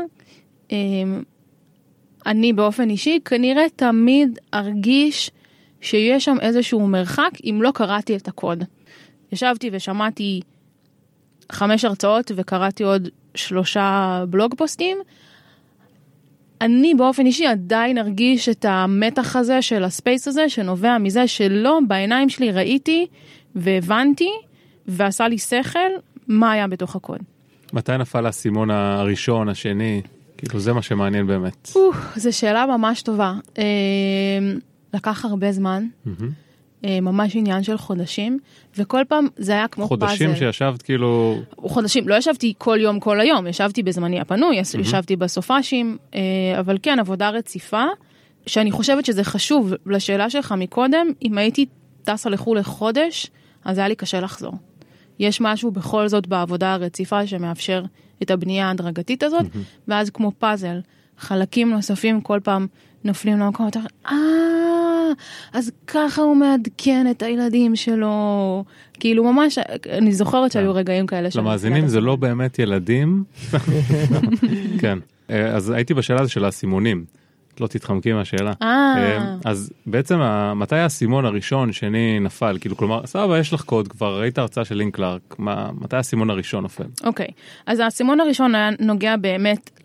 אני באופן אישי כנראה תמיד ארגיש שיש שם איזשהו מרחק אם לא קראתי את הקוד. ישבתי ושמעתי חמש הרצאות וקראתי עוד שלושה בלוג פוסטים, אני באופן אישי עדיין ארגיש את המתח הזה של הספייס הזה, שנובע מזה שלא בעיניים שלי ראיתי והבנתי, ועשה לי שכל מה היה בתוך הקוד. מתי נפל הסימון הראשון, השני? כאילו זה מה שמעניין באמת. זו שאלה ממש טובה. לקח הרבה זמן, ממש עניין של חודשים, וכל פעם זה היה כמו פאזל. חודשים שישבת כאילו... חודשים, לא ישבתי כל יום כל היום, ישבתי בזמני הפנוי, ישבתי בסופאשים, אבל כן, עבודה רציפה, שאני חושבת שזה חשוב לשאלה שלך מקודם, אם הייתי טסה לחו"ל לחודש, אז היה לי קשה לחזור. יש משהו בכל זאת בעבודה הרציפה שמאפשר את הבנייה ההדרגתית הזאת, ואז כמו פאזל, חלקים נוספים כל פעם נופלים למקום, אתה אומר, אה, אז ככה הוא מעדכן את הילדים שלו. כאילו ממש, אני זוכרת שהיו רגעים כאלה. למאזינים זה לא באמת ילדים. כן. אז הייתי בשאלה הזו של הסימונים. לא תתחמקי מהשאלה. אז בעצם, מתי הסימון הראשון שני נפל? כאילו, כלומר, סבבה, יש לך קוד, כבר ראית הרצאה של לין קלארק, מתי הסימון הראשון נופל? אוקיי, אז הסימון הראשון היה נוגע באמת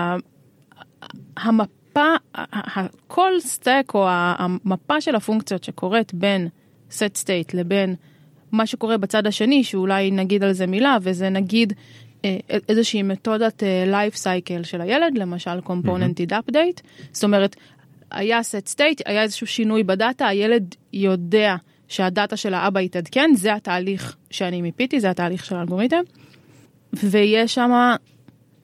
למפה, כל סטק או המפה של הפונקציות שקורית בין set state לבין מה שקורה בצד השני, שאולי נגיד על זה מילה, וזה נגיד איזושהי מתודת life cycle של הילד, למשל componented update, זאת אומרת, היה set state, היה איזשהו שינוי בדאטה, הילד יודע שהדאטה של האבא יתעדכן, זה התהליך שאני מיפיתי, זה התהליך של האלגוריתם, ויש שם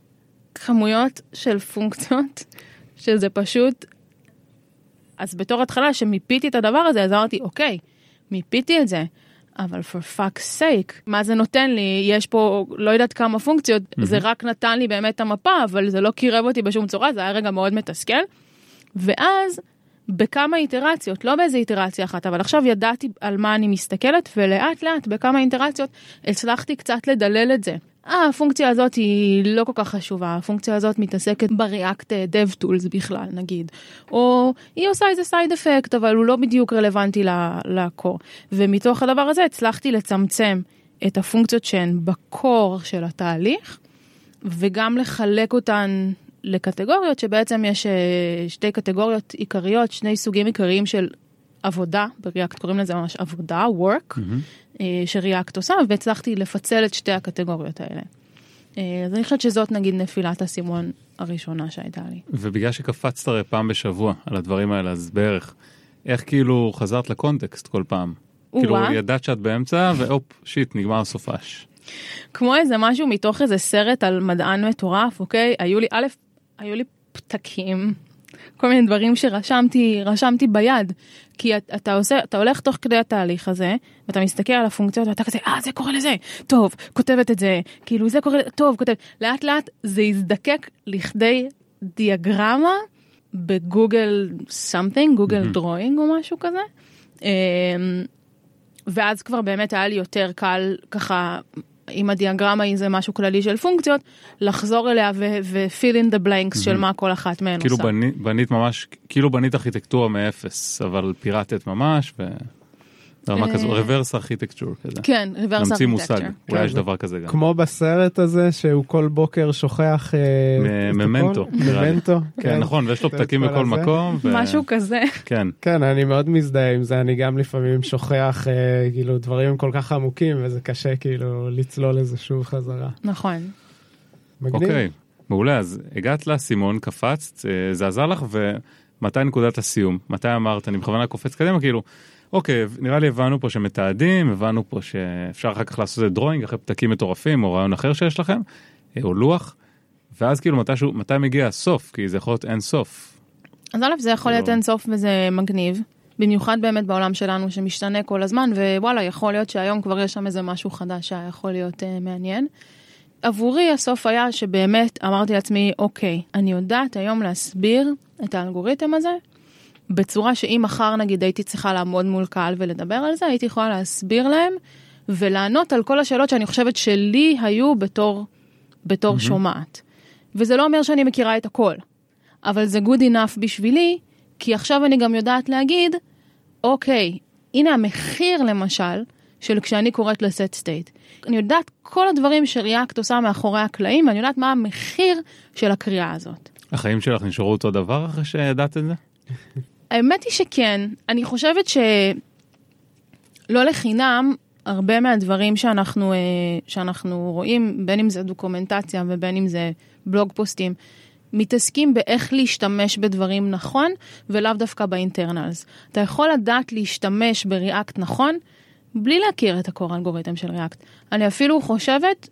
כמויות של פונקציות, שזה פשוט, אז בתור התחלה שמיפיתי את הדבר הזה, אז אמרתי, אוקיי, מיפיתי את זה, אבל for fuck's sake, מה זה נותן לי? יש פה לא יודעת כמה פונקציות, mm-hmm. זה רק נתן לי באמת המפה, אבל זה לא קירב אותי בשום צורה, זה היה רגע מאוד מתסכל, ואז בכמה איטרציות, לא באיזה איטרציה אחת, אבל עכשיו ידעתי על מה אני מסתכלת, ולאט לאט בכמה איטרציות הצלחתי קצת לדלל את זה. אה, הפונקציה הזאת היא לא כל כך חשובה, הפונקציה הזאת מתעסקת בריאקט DevTools בכלל, נגיד. או היא עושה איזה סייד אפקט, אבל הוא לא בדיוק רלוונטי לקור. ומתוך הדבר הזה הצלחתי לצמצם את הפונקציות שהן בקור של התהליך, וגם לחלק אותן לקטגוריות, שבעצם יש שתי קטגוריות עיקריות, שני סוגים עיקריים של עבודה, בריאקט קוראים לזה ממש עבודה, work, mm-hmm. שריאקט עושה, והצלחתי לפצל את שתי הקטגוריות האלה. אז אני חושבת שזאת נגיד נפילת הסימון הראשונה שהייתה לי. ובגלל שקפצת הרי פעם בשבוע על הדברים האלה, אז בערך, איך כאילו חזרת לקונטקסט כל פעם? כאילו ידעת שאת באמצע, ואופ, שיט, נגמר סופש. כמו איזה משהו מתוך איזה סרט על מדען מטורף, אוקיי? היו לי, א', היו לי פתקים, כל מיני דברים שרשמתי, רשמתי ביד, כי אתה עושה, אתה הולך תוך כדי התהליך הזה, ואתה מסתכל על הפונקציות, ואתה כזה, אה, זה קורה לזה, טוב, כותבת את זה, כאילו זה קורה, טוב, כותבת, לאט לאט זה יזדקק לכדי דיאגרמה, בגוגל something, גוגל דרוינג או משהו כזה, ואז כבר באמת היה לי יותר קל, ככה, אם הדיאגרמה היא זה משהו כללי של פונקציות, לחזור אליה ו-fill in the blanks של מה כל אחת מהן עושה. כאילו בנית ממש, כאילו בנית ארכיטקטורה מאפס, אבל פירטת ממש, ורמה כזו, reverse architecture כזה. כן, reverse architecture. נמציא מושג, אולי יש דבר כזה גם. כמו בסרט הזה, שהוא כל בוקר שוכח... ממנטו. ממנטו. כן, נכון, ויש לו פתקים בכל מקום. משהו כזה. כן. כן, אני מאוד מזדהה עם זה, אני גם לפעמים שוכח, כאילו, דברים כל כך עמוקים, וזה קשה, כאילו, לצלול לזה שוב חזרה. נכון. מגניב. אוקיי, מעולה, אז הגעת לסימון, קפצת, זה עזר לך, ומתי נקודת הסיום? מתי אמרת, אני בכוונה קופץ קדימה, כאילו, אוקיי, נראה לי הבנו פה שמתעדים, הבנו פה שאפשר אחר כך לעשות את דרוינג, אחרי פתקים מטורפים, או רעיון אחר שיש לכם, או לוח, ואז כאילו מתישהו, מתי מגיע הסוף? כי זה יכול להיות אין סוף. אז א', זה יכול להיות אין סוף וזה מגניב, במיוחד באמת בעולם שלנו שמשתנה כל הזמן, ווואלה, יכול להיות שהיום כבר יש שם איזה משהו חדש שיכול להיות uh, מעניין. עבורי הסוף היה שבאמת אמרתי לעצמי, אוקיי, אני יודעת היום להסביר את האלגוריתם הזה, בצורה שאם מחר נגיד הייתי צריכה לעמוד מול קהל ולדבר על זה, הייתי יכולה להסביר להם ולענות על כל השאלות שאני חושבת שלי היו בתור, בתור mm-hmm. שומעת. וזה לא אומר שאני מכירה את הכל, אבל זה good enough בשבילי, כי עכשיו אני גם יודעת להגיד, אוקיי, הנה המחיר למשל, של כשאני קוראת לסט סטייט. אני יודעת כל הדברים שריאקט עושה מאחורי הקלעים, ואני יודעת מה המחיר של הקריאה הזאת. החיים שלך נשארו אותו דבר אחרי שידעת את זה? האמת היא שכן. אני חושבת שלא לחינם, הרבה מהדברים שאנחנו, שאנחנו רואים, בין אם זה דוקומנטציה ובין אם זה בלוג פוסטים, מתעסקים באיך להשתמש בדברים נכון, ולאו דווקא באינטרנלס. אתה יכול לדעת להשתמש בריאקט נכון, בלי להכיר את הקור אלגוריתם של ריאקט. אני אפילו חושבת,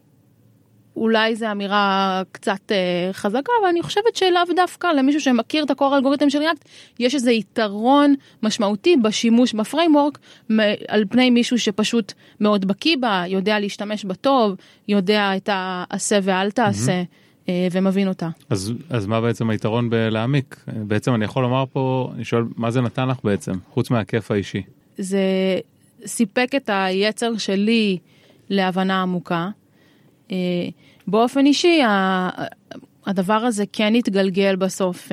אולי זו אמירה קצת אה, חזקה, אבל אני חושבת שלאו דווקא למישהו שמכיר את הקור אלגוריתם של ריאקט, יש איזה יתרון משמעותי בשימוש בפריימורק, על פני מישהו שפשוט מאוד בקיא בה, יודע להשתמש בטוב, יודע את העשה ואל תעשה, mm-hmm. אה, ומבין אותה. אז, אז מה בעצם היתרון בלהעמיק? בעצם אני יכול לומר פה, אני שואל, מה זה נתן לך בעצם, חוץ מהכיף האישי? זה סיפק את היצר שלי להבנה עמוקה, באופן אישי, הדבר הזה כן התגלגל בסוף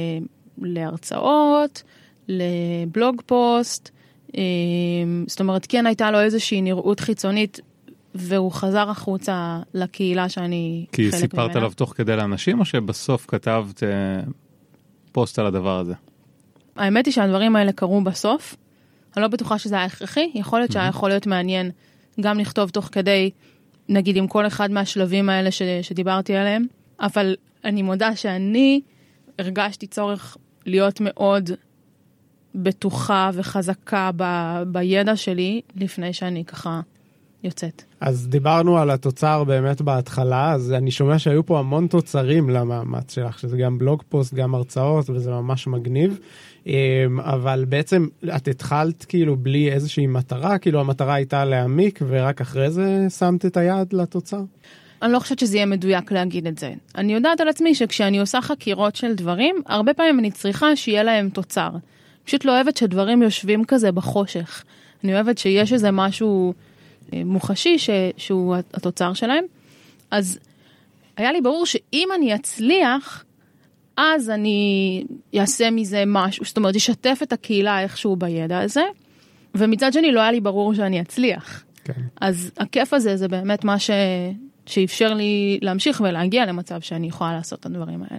להרצאות, לבלוג פוסט, זאת אומרת, כן הייתה לו איזושהי נראות חיצונית, והוא חזר החוצה לקהילה שאני חלק ממנה. כי סיפרת עליו תוך כדי לאנשים, או שבסוף כתבת פוסט על הדבר הזה? האמת היא שהדברים האלה קרו בסוף, אני לא בטוחה שזה היה הכרחי, יכול להיות שהיה יכול להיות מעניין גם לכתוב תוך כדי, נגיד עם כל אחד מהשלבים האלה ש, שדיברתי עליהם, אבל אני מודה שאני הרגשתי צורך להיות מאוד בטוחה וחזקה ב, בידע שלי, לפני שאני ככה יוצאת. אז דיברנו על התוצר באמת בהתחלה, אז אני שומע שהיו פה המון תוצרים למאמץ שלך, שזה גם בלוג פוסט, גם הרצאות, וזה ממש מגניב. אבל בעצם את התחלת כאילו בלי איזושהי מטרה, כאילו המטרה הייתה להעמיק, ורק אחרי זה שמת את היד לתוצר? אני לא חושבת שזה יהיה מדויק להגיד את זה. אני יודעת על עצמי שכשאני עושה חקירות של דברים, הרבה פעמים אני צריכה שיהיה להם תוצר. פשוט לא אוהבת שדברים יושבים כזה בחושך. אני אוהבת שיש איזה משהו מוחשי ש... שהוא התוצר שלהם. אז היה לי ברור שאם אני אצליח, אז אני אעשה מזה משהו, זאת אומרת, אשתף את הקהילה איכשהו בידע הזה, ומצד שני לא היה לי ברור שאני אצליח. כן. אז הכיף הזה זה באמת מה ש... שאפשר לי להמשיך ולהגיע למצב שאני יכולה לעשות את הדברים האלה.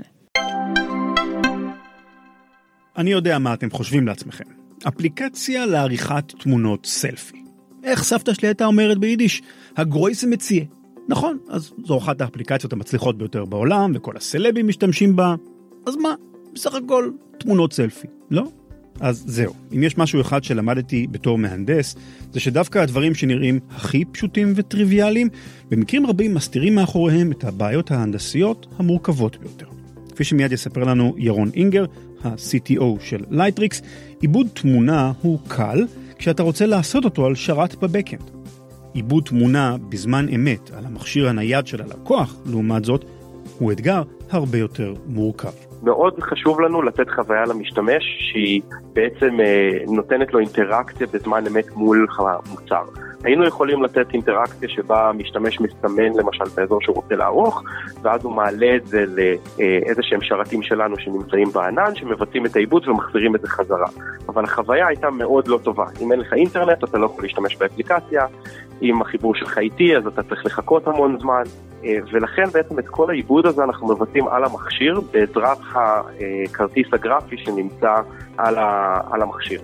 אני יודע מה אתם חושבים לעצמכם. אפליקציה לעריכת תמונות סלפי. איך סבתא שלי הייתה אומרת ביידיש? הגרויסה מציע. נכון, אז זו אחת האפליקציות המצליחות ביותר בעולם, וכל הסלבים משתמשים בה. אז מה? בסך הכל תמונות סלפי, לא? אז זהו, אם יש משהו אחד שלמדתי בתור מהנדס, זה שדווקא הדברים שנראים הכי פשוטים וטריוויאליים, במקרים רבים מסתירים מאחוריהם את הבעיות ההנדסיות המורכבות ביותר. כפי שמיד יספר לנו ירון אינגר, ה-סי טי או של לייטריקס, עיבוד תמונה הוא קל כשאתה רוצה לעשות אותו על שרת בבקאנד. עיבוד תמונה בזמן אמת על המכשיר הנייד של הלקוח, לעומת זאת, הוא אתגר הרבה יותר מורכב. מאוד חשוב לנו לתת חוויה למשתמש שהיא בעצם אה, נותנת לו אינטראקציה בזמן אמת מול המוצר. היינו יכולים לתת אינטראקציה שבה המשתמש מסתמן למשל באזור שהוא רוצה לערוך, ואז הוא מעלה את זה לאיזה שהם שרתים שלנו שנמצאים בענן, שמבצעים את העיבוד ומחזירים את זה חזרה. אבל החוויה הייתה מאוד לא טובה. אם אין לך אינטרנט, אתה לא יכול להשתמש באפליקציה, אם החיבור שלך איתי, אז אתה צריך לחכות המון זמן, ולכן בעצם את כל העיבוד הזה אנחנו מבצעים על המכשיר, בעזרת הכרטיס הגרפי שנמצא על, ה, על המכשיר.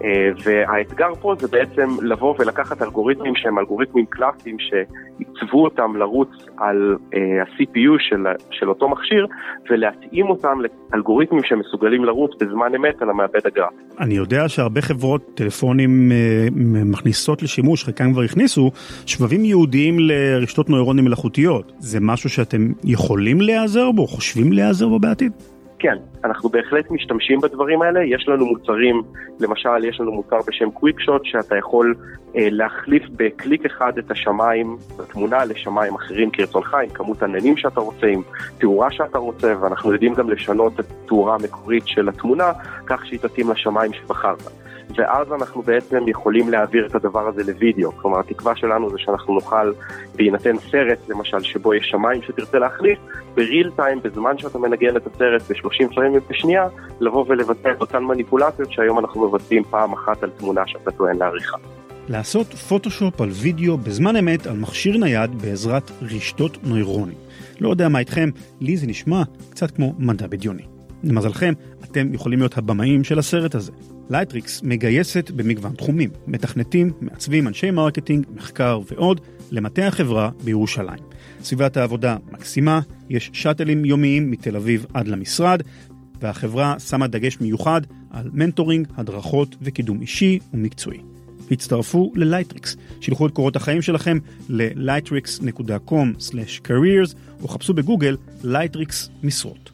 והאתגר פה זה בעצם לבוא ולקחת אלגוריתמים שהם אלגוריתמים קלאסיים שעיצבו אותם לרוץ על ה-סי פי יו של, של אותו מכשיר, ולהתאים אותם לאלגוריתמים שמסוגלים לרוץ בזמן אמת על המעבד הגרפי. אני יודע שהרבה חברות טלפונים מכניסות לשימוש, חלקם כבר הכניסו, שבבים ייעודיים לרשתות נוירונים מלאכותיות. זה משהו שאתם יכולים להיעזר בו, חושבים להיעזר בו בעתיד? כן, אנחנו בהחלט משתמשים בדברים האלה. יש לנו מוצרים, למשל יש לנו מוצר בשם קוויק שוט, שאתה יכול אה, להחליף בקליק אחד את השמיים, בתמונה לשמיים אחרים כרצונך, עם כמות עננים שאתה רוצה, עם תאורה שאתה רוצה, ואנחנו יודעים גם לשנות את תאורה המקורית של התמונה, כך שהיא תתאים לשמיים שבחרת. ואז אנחנו בעצם יכולים להעביר את הדבר הזה לוידאו. כלומר, התקווה שלנו זה שאנחנו נוכל בהינתן סרט, למשל, שבו יש שמיים שתרצה להחליף, בריל טיים, בזמן שאתה מנגן את הסרט ב-שלושים פריימים בשנייה, לבוא ולבצע את אותן מניפולציות שהיום אנחנו מבצעים פעם אחת על תמונה שאתה טוען לעריכה. לעשות פוטושופ על וידאו בזמן אמת על מכשיר נייד בעזרת רשתות נוירונים. לא יודע מה איתכם, לי זה נשמע קצת כמו מדע בדיוני. למזלכם, אתם יכולים להיות הבמאים של הסרט הזה. לייטריקס מגייסת במגוון תחומים, מתכנתים, מעצבים, אנשי מרקטינג, מחקר ועוד, למטה החברה בירושלים. סביבת העבודה מקסימה, יש שטלים יומיים מתל אביב עד למשרד, והחברה שמה דגש מיוחד על מנטורינג, הדרכות וקידום אישי ומקצועי. הצטרפו ללייטריקס, שילחו את קורות החיים שלכם ל-lightrix דוט קום סלאש קריירס, או חפשו בגוגל לייטריקס משרות.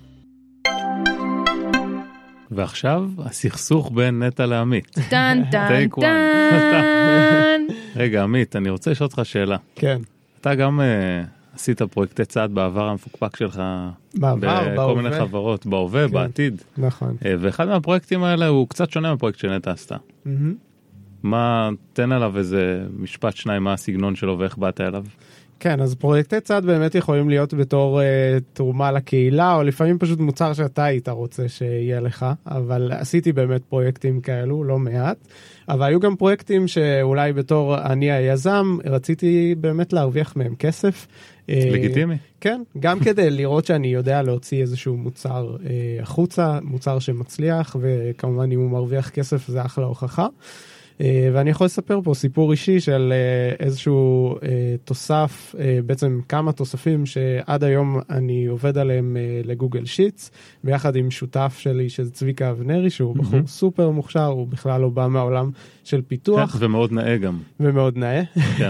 ועכשיו הסכסוך בין נטע לעמית. טן טן טן. רגע עמית, אני רוצה לשאול אותך שאלה. כן. אתה גם uh, עשית פרויקטי צעד בעבר המפוקפק שלך. בעבר, בכל מיני חברות, בהווה, כן. בעתיד. נכון. Uh, ואחד מהפרויקטים האלה הוא קצת שונה מהפרויקט שנטע עשתה. Mm-hmm. מה, תן עליו איזה משפט שניים, מה הסגנון שלו ואיך באת אליו? כן, אז פרויקטי צעד באמת יכולים להיות בתור uh, תרומה לקהילה, או לפעמים פשוט מוצר שאתה היית רוצה שיהיה לך, אבל עשיתי באמת פרויקטים כאלו, לא מעט, אבל היו גם פרויקטים שאולי בתור אני היזם, רציתי באמת להרוויח מהם כסף. לגיטימי. כן, גם כדי לראות שאני יודע להוציא איזשהו מוצר uh, החוצה, מוצר שמצליח, וכמובן אם הוא מרוויח כסף זה אחלה הוכחה. ואני יכול לספר פה סיפור אישי של איזשהו תוסף, בעצם כמה תוספים שעד היום אני עובד עליהם לגוגל שיטס, ביחד עם שותף שלי שזה צביקה אבנרי, שהוא בחור סופר מוכשר, הוא בכלל לא בא מהעולם של פיתוח. ומאוד נאה גם. ומאוד נאה. כן.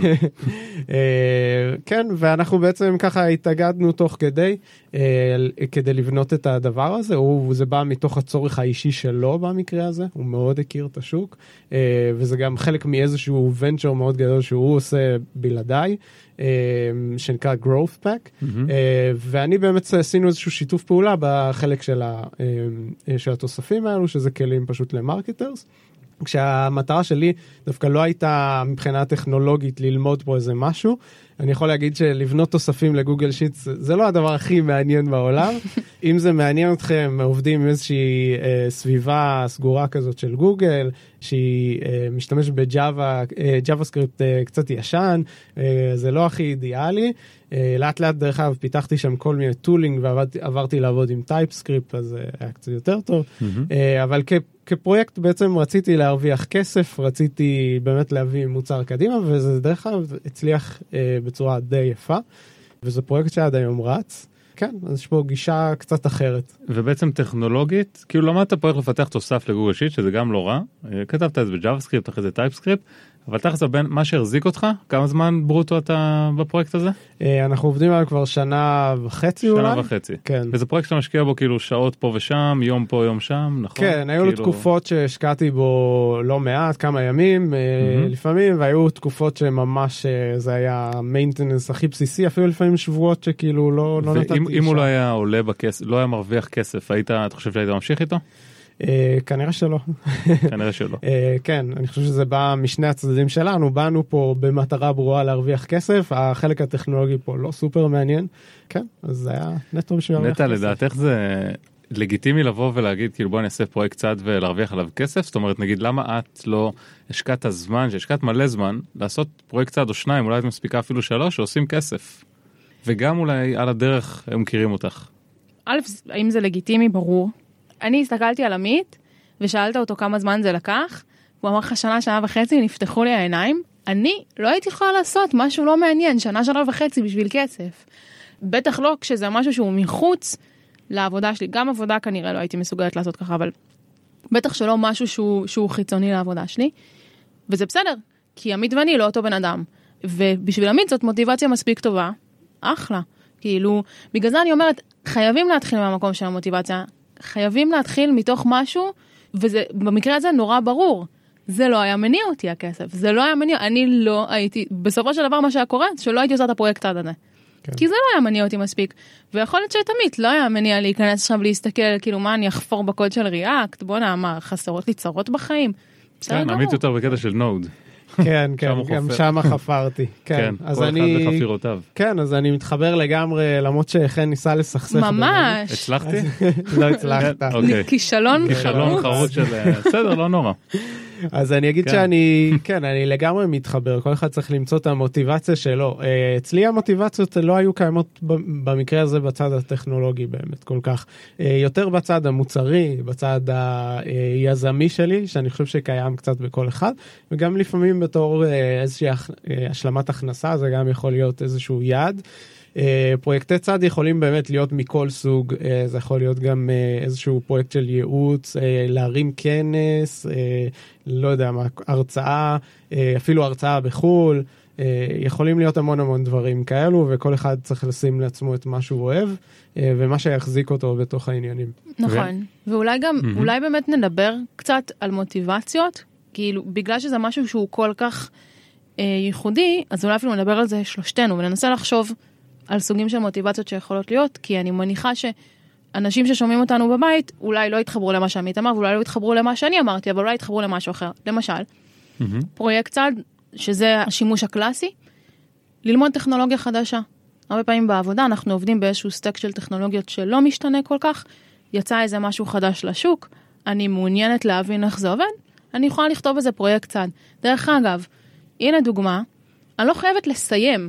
כן, ואנחנו בעצם ככה התאגדנו תוך כדי, כדי לבנות את הדבר הזה, וזה בא מתוך הצורך האישי שלו במקרה הזה, הוא מאוד הכיר את השוק, וזה גם חלק מאיזשהו ונצ'ר מאוד גדול שהוא עושה בלעדיי, שנקרא growth pack, ואני באמת עשינו איזשהו שיתוף פעולה בחלק של התוספים האלו, שזה כלים פשוט למרקטרס, כשהמטרה שלי דווקא לא הייתה מבחינה טכנולוגית ללמוד פה איזה משהו, אני יכול להגיד שלבנות תוספים לגוגל שיטס זה לא הדבר הכי מעניין בעולם. אם זה מעניין אתכם, עובדים עם איזושהי אה, סביבה סגורה כזאת של גוגל, שהיא אה, משתמשת בג'אווה, אה, ג'אווה סקריפט אה, קצת ישן, אה, זה לא הכי אידיאלי. אה, לאט לאט דרך אגב פיתחתי שם כל מיני טולינג ועברתי לעבוד עם טייפ סקריפט, אז אה, היה קצת יותר טוב. Mm-hmm. אה, אבל כ... כפרויקט בעצם רציתי להרוויח כסף, רציתי באמת להביא מוצר קדימה, וזה דרך כלל הצליח אה, בצורה די יפה, וזה פרויקט שעד היום רץ. כן, אז יש פה גישה קצת אחרת. ובעצם טכנולוגית, כאילו למדת פה איך לפתח תוסף לגוגל שיט, שזה גם לא רע, כתבת את זה בג'אווה סקריפט, אחרי זה טייפ סקריפט, אבל תכף זה בין מה שהחזיק אותך, כמה זמן ברוטו אתה בפרויקט הזה? אנחנו עובדים עליו כבר שנה וחצי אולי. שנה וחצי. כן. וזה פרויקט שאתה משקיע בו כאילו שעות פה ושם, יום פה יום שם, נכון? כן, היו לו תקופות שהשקעתי בו לא מעט, כמה ימים לפעמים, והיו תקופות שממש זה היה מיינטננס הכי בסיסי, אפילו לפעמים שבועות שכאילו לא נתתי. ואם הוא לא היה עולה בכסף, לא היה מרוויח כסף, היית, אתה חושב שהיית ממשיך איתו? כנראה שלא. כנראה שלא. כן, אני חושב שזה בא משני הצדדים שלנו, באנו פה במטרה ברורה להרוויח כסף, החלק הטכנולוגי פה לא סופר מעניין, כן, אז זה היה נטו בשביל להרוויח כסף. נטע, לדעתך זה לגיטימי לבוא ולהגיד, כאילו בוא נעשה פרויקט צד ולהרוויח עליו כסף? זאת אומרת, נגיד, למה את לא השקעת הזמן, שהשקעת מלא זמן, לעשות פרויקט צד או שניים, אולי את מספיקה אפילו שלוש, שעושים כסף? וגם אולי על הדרך הם מכירים אותך. א', האם זה לגיטימי? ברור. אני הסתכלתי על עמית, ושאלת אותו כמה זמן זה לקח, הוא אמר לך שנה, שנה וחצי, נפתחו לי העיניים, אני לא הייתי יכולה לעשות משהו לא מעניין, שנה, שנה וחצי בשביל כסף. בטח לא כשזה משהו שהוא מחוץ לעבודה שלי, גם עבודה כנראה לא הייתי מסוגלת לעשות ככה, אבל בטח שלא משהו שהוא, שהוא חיצוני לעבודה שלי, וזה בסדר, כי עמית ואני לא אותו בן אדם, ובשביל עמית זאת מוטיבציה מספיק טובה, אחלה, כאילו, בגלל זה אני אומרת, חייבים להתחיל מהמקום של המוטיבציה, חייבים להתחיל מתוך משהו, וזה במקרה הזה נורא ברור, זה לא היה מניע אותי הכסף, זה לא היה מניע, אני לא הייתי, בסופו של דבר מה שהיה קורה, שלא הייתי עושה את הפרויקט עד הזה, כן. כי זה לא היה מניע אותי מספיק, ויכול להיות שתמיד לא היה מניע להיכנס עכשיו להסתכל, כאילו מה אני אחפור בקוד של ריאקט, בוא נאמר, חסרות לי צרות בחיים, כן, עמית יותר בקטע של נוד. כן, כן, גם שם חפרתי. כן, כל אחד וחפירותיו. כן, אז אני מתחבר לגמרי, למרות שחן ניסה לסכסך. ממש. הצלחתי? לא הצלחת. כישלון כישלון חרוץ של... בסדר, לא נורא. אז אני אגיד שאני, כן, אני לגמרי מתחבר, כל אחד צריך למצוא את המוטיבציה שלו. אצלי המוטיבציות לא היו קיימות במקרה הזה בצד הטכנולוגי באמת כל כך. יותר בצד המוצרי, בצד היזמי שלי, שאני חושב שקיים קצת בכל אחד, וגם לפעמים בתור איזושהי השלמת הכנסה, זה גם יכול להיות איזשהו יעד. פרויקטי צד יכולים באמת להיות מכל סוג, זה יכול להיות גם איזשהו פרויקט של ייעוץ, להרים כנס, לא יודע מה, הרצאה, אפילו הרצאה בחול, יכולים להיות המון המון דברים כאלו, וכל אחד צריך לשים לעצמו את מה שהוא אוהב, ומה שיחזיק אותו בתוך העניינים. נכון, ואולי גם, אולי באמת נדבר קצת על מוטיבציות, כאילו בגלל שזה משהו שהוא כל כך ייחודי, אז אולי אפילו נדבר על זה שלושתנו, וננסה לחשוב על סוגים של מוטיבציות שיכולות להיות, כי אני מניחה שאנשים ששומעים אותנו בבית, אולי לא יתחברו למה שעמית אמר, ואולי לא יתחברו למה שאני אמרתי, אבל אולי יתחברו למשהו אחר. למשל, mm-hmm. פרויקט צד, שזה השימוש הקלאסי, ללמוד טכנולוגיה חדשה. הרבה פעמים בעבודה אנחנו עובדים באיזשהו סטק של טכנולוגיות שלא משתנה כל כך, יצא איזה משהו חדש לשוק, אני מעוניינת להבין איך זה עובד, אני יכולה לכתוב איזה פרויקט צד. דרך אגב, הנה דוגמה, אני לא חייבת לסיים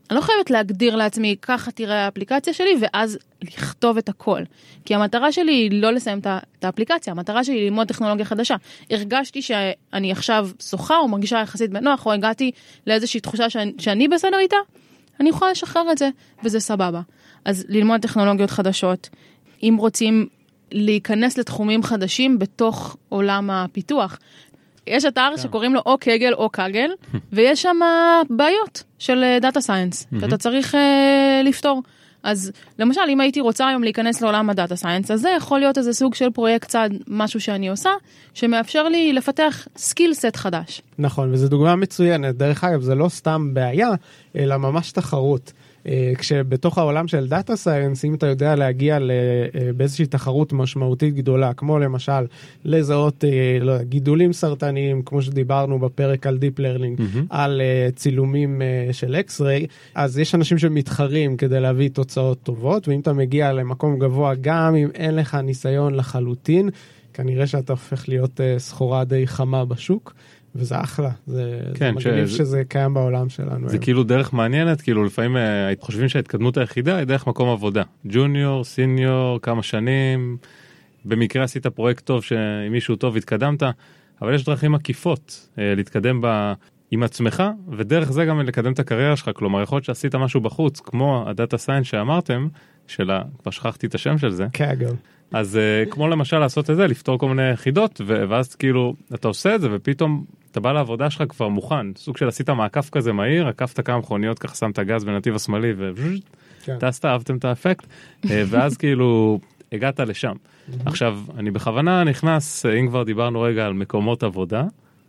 אני לא חייבת להגדיר לעצמי, ככה תראה האפליקציה שלי, ואז לכתוב את הכל. כי המטרה שלי היא לא לסיים את האפליקציה, המטרה שלי היא ללמוד טכנולוגיה חדשה. הרגשתי שאני עכשיו שוחה, או מרגישה יחסית בנוח, או הגעתי לאיזושהי תחושה שאני, שאני בסדר איתה, אני יכולה לשחרר את זה, וזה סבבה. אז ללמוד טכנולוגיות חדשות, אם רוצים להיכנס לתחומים חדשים בתוך עולם הפיתוח. יש אתר שקוראים לו או קגל או קגל, ויש שם בעיות של דאטה סיינס, שאתה צריך לפתור. אז למשל, אם הייתי רוצה היום להיכנס לעולם הדאטה סיינס, אז זה יכול להיות איזה סוג של פרויקט צד, משהו שאני עושה, שמאפשר לי לפתח סקיל סט חדש. נכון, וזו דוגמה מצוינת. דרך אגב, זה לא סתם בעיה, אלא ממש תחרות. כשבתוך העולם של דאטה סיינס, אם אתה יודע להגיע באיזושהי תחרות משמעותית גדולה, כמו למשל לזהות לא, גידולים סרטניים, כמו שדיברנו בפרק על דיפ לרנינג, mm-hmm. על צילומים של אקס-ריי, אז יש אנשים שמתחרים כדי להביא תוצאות טובות, ואם אתה מגיע למקום גבוה, גם אם אין לך ניסיון לחלוטין, כנראה שאתה הופך להיות סחורה די חמה בשוק, וזה אחלה, זה, כן, זה מגניב ש... שזה קיים בעולם שלנו. זה היום. כאילו דרך מעניינת, כאילו לפעמים אה, חושבים שההתקדמות היחידה היא דרך מקום עבודה. ג'וניור, סיניור, כמה שנים, במקרה עשית פרויקט טוב שעם מישהו טוב התקדמת, אבל יש דרכים עקיפות אה, להתקדם בה עם עצמך, ודרך זה גם לקדם את הקריירה שלך, כלומר יכול להיות שעשית משהו בחוץ, כמו הדאטה סיינס שאמרתם, שלה, כבר שכחתי את השם של זה. קאגל. אז uh, כמו למשל לעשות את זה, לפתור כל מיני יחידות, ואז כאילו אתה עושה את זה, ופתאום אתה בא לעבודה שלך כבר מוכן, סוג של עשית מעקף כזה מהיר, עקפת כמה מכוניות, ככה שמת גז בנתיב השמאלי, וטסת, אהבתם את האפקט, ואז כאילו הגעת לשם. עכשיו, אני בכוונה נכנס, אם כבר דיברנו רגע על מקומות עבודה,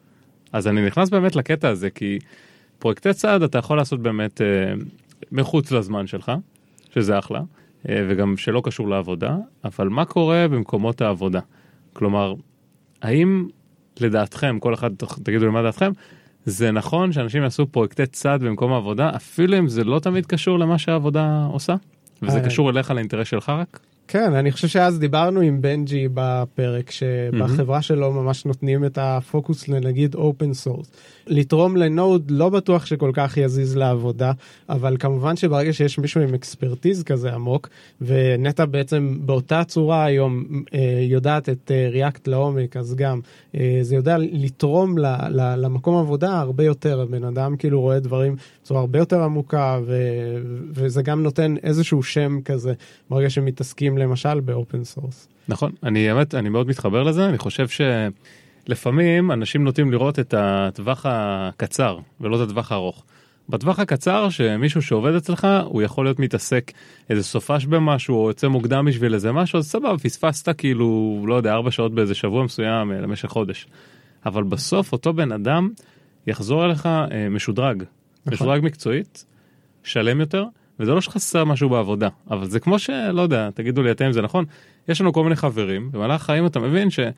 אז אני נכנס באמת לקטע הזה, כי פרויקטי צעד אתה יכול לעשות באמת uh, מחוץ לזמן שלך, שזה אחלה, וגם שלא קשור לעבודה, אבל מה קורה במקומות העבודה? כלומר, האם לדעתכם, כל אחד תגידו למה דעתכם, זה נכון שאנשים יעשו פרויקטי צד במקום העבודה, אפילו אם זה לא תמיד קשור למה שהעבודה עושה? וזה קשור אליך לאינטרס שלך רק? כן, אני חושב שאז דיברנו עם בנג'י בפרק, שבחברה שלו ממש נותנים את הפוקוס לנגיד אופן סורס. לתרום לנוד לא בטוח שכל כך יזיז לעבודה, אבל כמובן שברגע שיש מישהו עם אקספרטיז כזה עמוק, ונטע בעצם באותה צורה היום אה, יודעת את אה, ריאקט לעומק, אז גם אה, זה יודע לתרום ל, ל, למקום עבודה הרבה יותר. הבן אדם כאילו רואה דברים בצורה הרבה יותר עמוקה, ו, וזה גם נותן איזשהו שם כזה, ברגע שמתעסקים למשל באופן סורס. נכון, אני באמת, אני מאוד מתחבר לזה, אני חושב ש... לפעמים אנשים נוטים לראות את הטווח הקצר, ולא את הטווח הארוך. בטווח הקצר, שמישהו שעובד אצלך, הוא יכול להיות מתעסק איזה סופש במשהו, או יוצא מוקדם בשביל איזה משהו, אז סבבה, פספסת כאילו, לא יודע, ארבע שעות באיזה שבוע מסוים, למשך חודש. אבל בסוף, אותו בן אדם יחזור אליך אה, משודרג. נכון. משודרג מקצועית, שלם יותר, וזה לא שחסר משהו בעבודה. אבל זה כמו שלא יודע, תגידו לי אתם, זה נכון? יש לנו כל מיני חברים, במהלך החיים אתה מבין שה...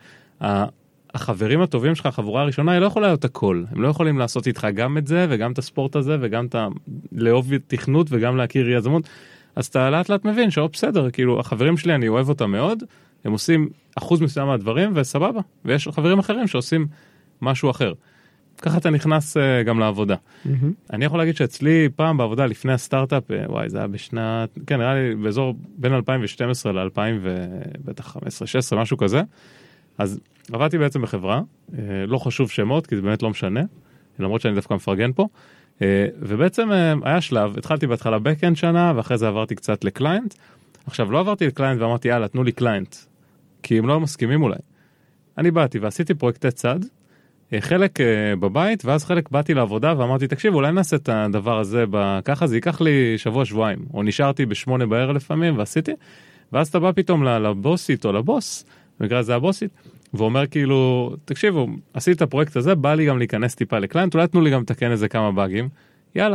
החברים הטובים שלך, החבורה הראשונה, היא לא יכולה להיות הכל. הם לא יכולים לעשות איתך גם את זה, וגם את הספורט הזה, וגם את לאהוב תכנות, וגם להכיר יזמות. אז אתה לאט לאט מבין שאו בסדר, כאילו, החברים שלי, אני אוהב אותם מאוד, הם עושים אחוז מסוים מהדברים, וסבבה. ויש חברים אחרים שעושים משהו אחר. ככה אתה נכנס uh, גם לעבודה. Mm-hmm. אני יכול להגיד שאצלי פעם בעבודה, לפני הסטארט-אפ, וואי, זה היה בשנת, כן, נראה לי באזור בין אלפיים ושתים עשרה ל-אלפיים וחמש עשרה שש עשרה, משהו כזה. אז עבדתי בעצם בחברה, לא חשוב שמות, כי זה באמת לא משנה, למרות שאני דווקא מפרגן פה, ובעצם היה שלב, התחלתי בהתחלה בקאנד שנה, ואחרי זה עברתי קצת לקליינט, עכשיו לא עברתי לקליינט ואמרתי, יאללה, תנו לי קליינט, כי הם לא מסכימים אולי. אני באתי ועשיתי פרויקטי צד, חלק בבית, ואז חלק באתי לעבודה ואמרתי, תקשיב, אולי נעשה את הדבר הזה ככה, זה ייקח לי שבוע, שבועיים, או נשארתי בשמונה בערב לפעמים ועשיתי, ואז אתה בא פתאום לבוסית או לבוס, במקרה זה הבוסית, ואומר כאילו, תקשיבו, עשיתי את הפרויקט הזה, בא לי גם להיכנס טיפה לקליינט, אולי תנו לי גם לתקן איזה כמה באגים, יאללה.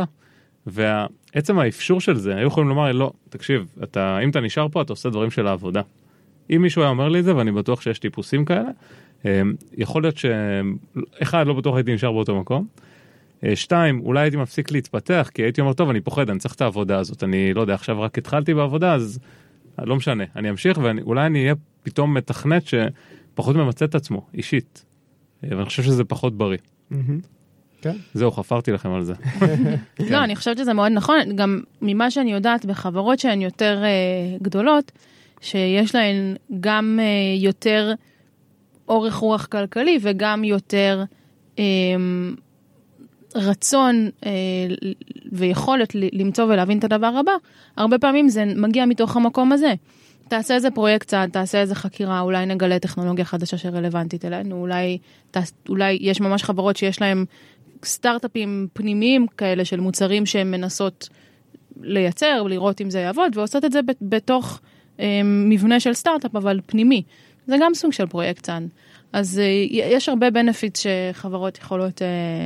ועצם האפשור של זה, היו יכולים לומר, לא, תקשיב, אתה, אם אתה נשאר פה, אתה עושה דברים של העבודה. אם מישהו היה אומר לי את זה, ואני בטוח שיש טיפוסים כאלה, יכול להיות שאחד, לא בטוח הייתי נשאר באותו מקום, שתיים, אולי הייתי מפסיק להתפתח, כי הייתי אומר, טוב, אני פוחד, אני צריך את העבודה הזאת, אני לא יודע, עכשיו רק התחלתי בעבודה, אז לא משנה, אני אמשיך, ואולי אני אהיה פתאום מתכנת שפחות ממצא את עצמו, אישית. ואני חושב שזה פחות בריא. כן. זהו, חפרתי לכם על זה. לא, אני חושבת שזה מאוד נכון, גם ממה שאני יודעת בחברות שהן יותר גדולות, שיש להן גם יותר אורך רוח כלכלי וגם יותר רצון ויכולת למצוא ולהבין את הדבר הבא, הרבה פעמים זה מגיע מתוך המקום הזה. תעשה איזה פרויקט צעד, תעשה איזה חקירה, אולי נגלה טכנולוגיה חדשה שרלוונטית אלינו, אולי, אולי יש ממש חברות שיש להם סטארט-אפים פנימיים כאלה של מוצרים שהן מנסות לייצר, לראות אם זה יעבוד, ועושות את זה בתוך מבנה של סטארט-אפ, אבל פנימי. זה גם סוג של פרויקט צעד. אז יש הרבה בנפיט שחברות יכולות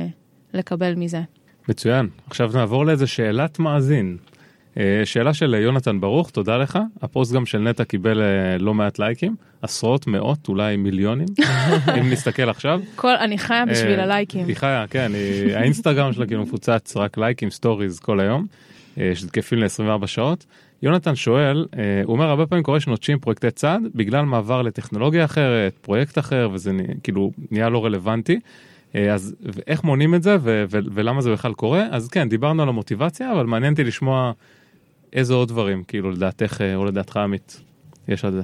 לקבל מזה. מצוין. עכשיו נעבור לאיזה שאלת מאזין. שאלה של יונתן ברוך, תודה לך. הפוסט גם של נטה קיבל לא מעט לייקים, עשרות, מאות, אולי מיליונים, אם נסתכל עכשיו. כל, אני חיה בשביל הלייקים. היא חיה, כן. האינסטגרם שלה כאילו מפוצץ רק לייקים, סטוריז כל היום, שתקפים ל-עשרים וארבע שעות. יונתן שואל, הוא אומר, הרבה פעמים קורה שנוטשים פרויקטי צעד, בגלל מעבר לטכנולוגיה אחרת, פרויקט אחר, וזה כאילו נהיה לא רלוונטי. אז איך מונים את זה ו- ו- ולמה זה בכלל קורה? אז כן, דיברנו על המוטיבציה, אבל מעניין אותי לשמוע איזה עוד דברים, כאילו לדעתך או לדעתך עמית, יש על זה.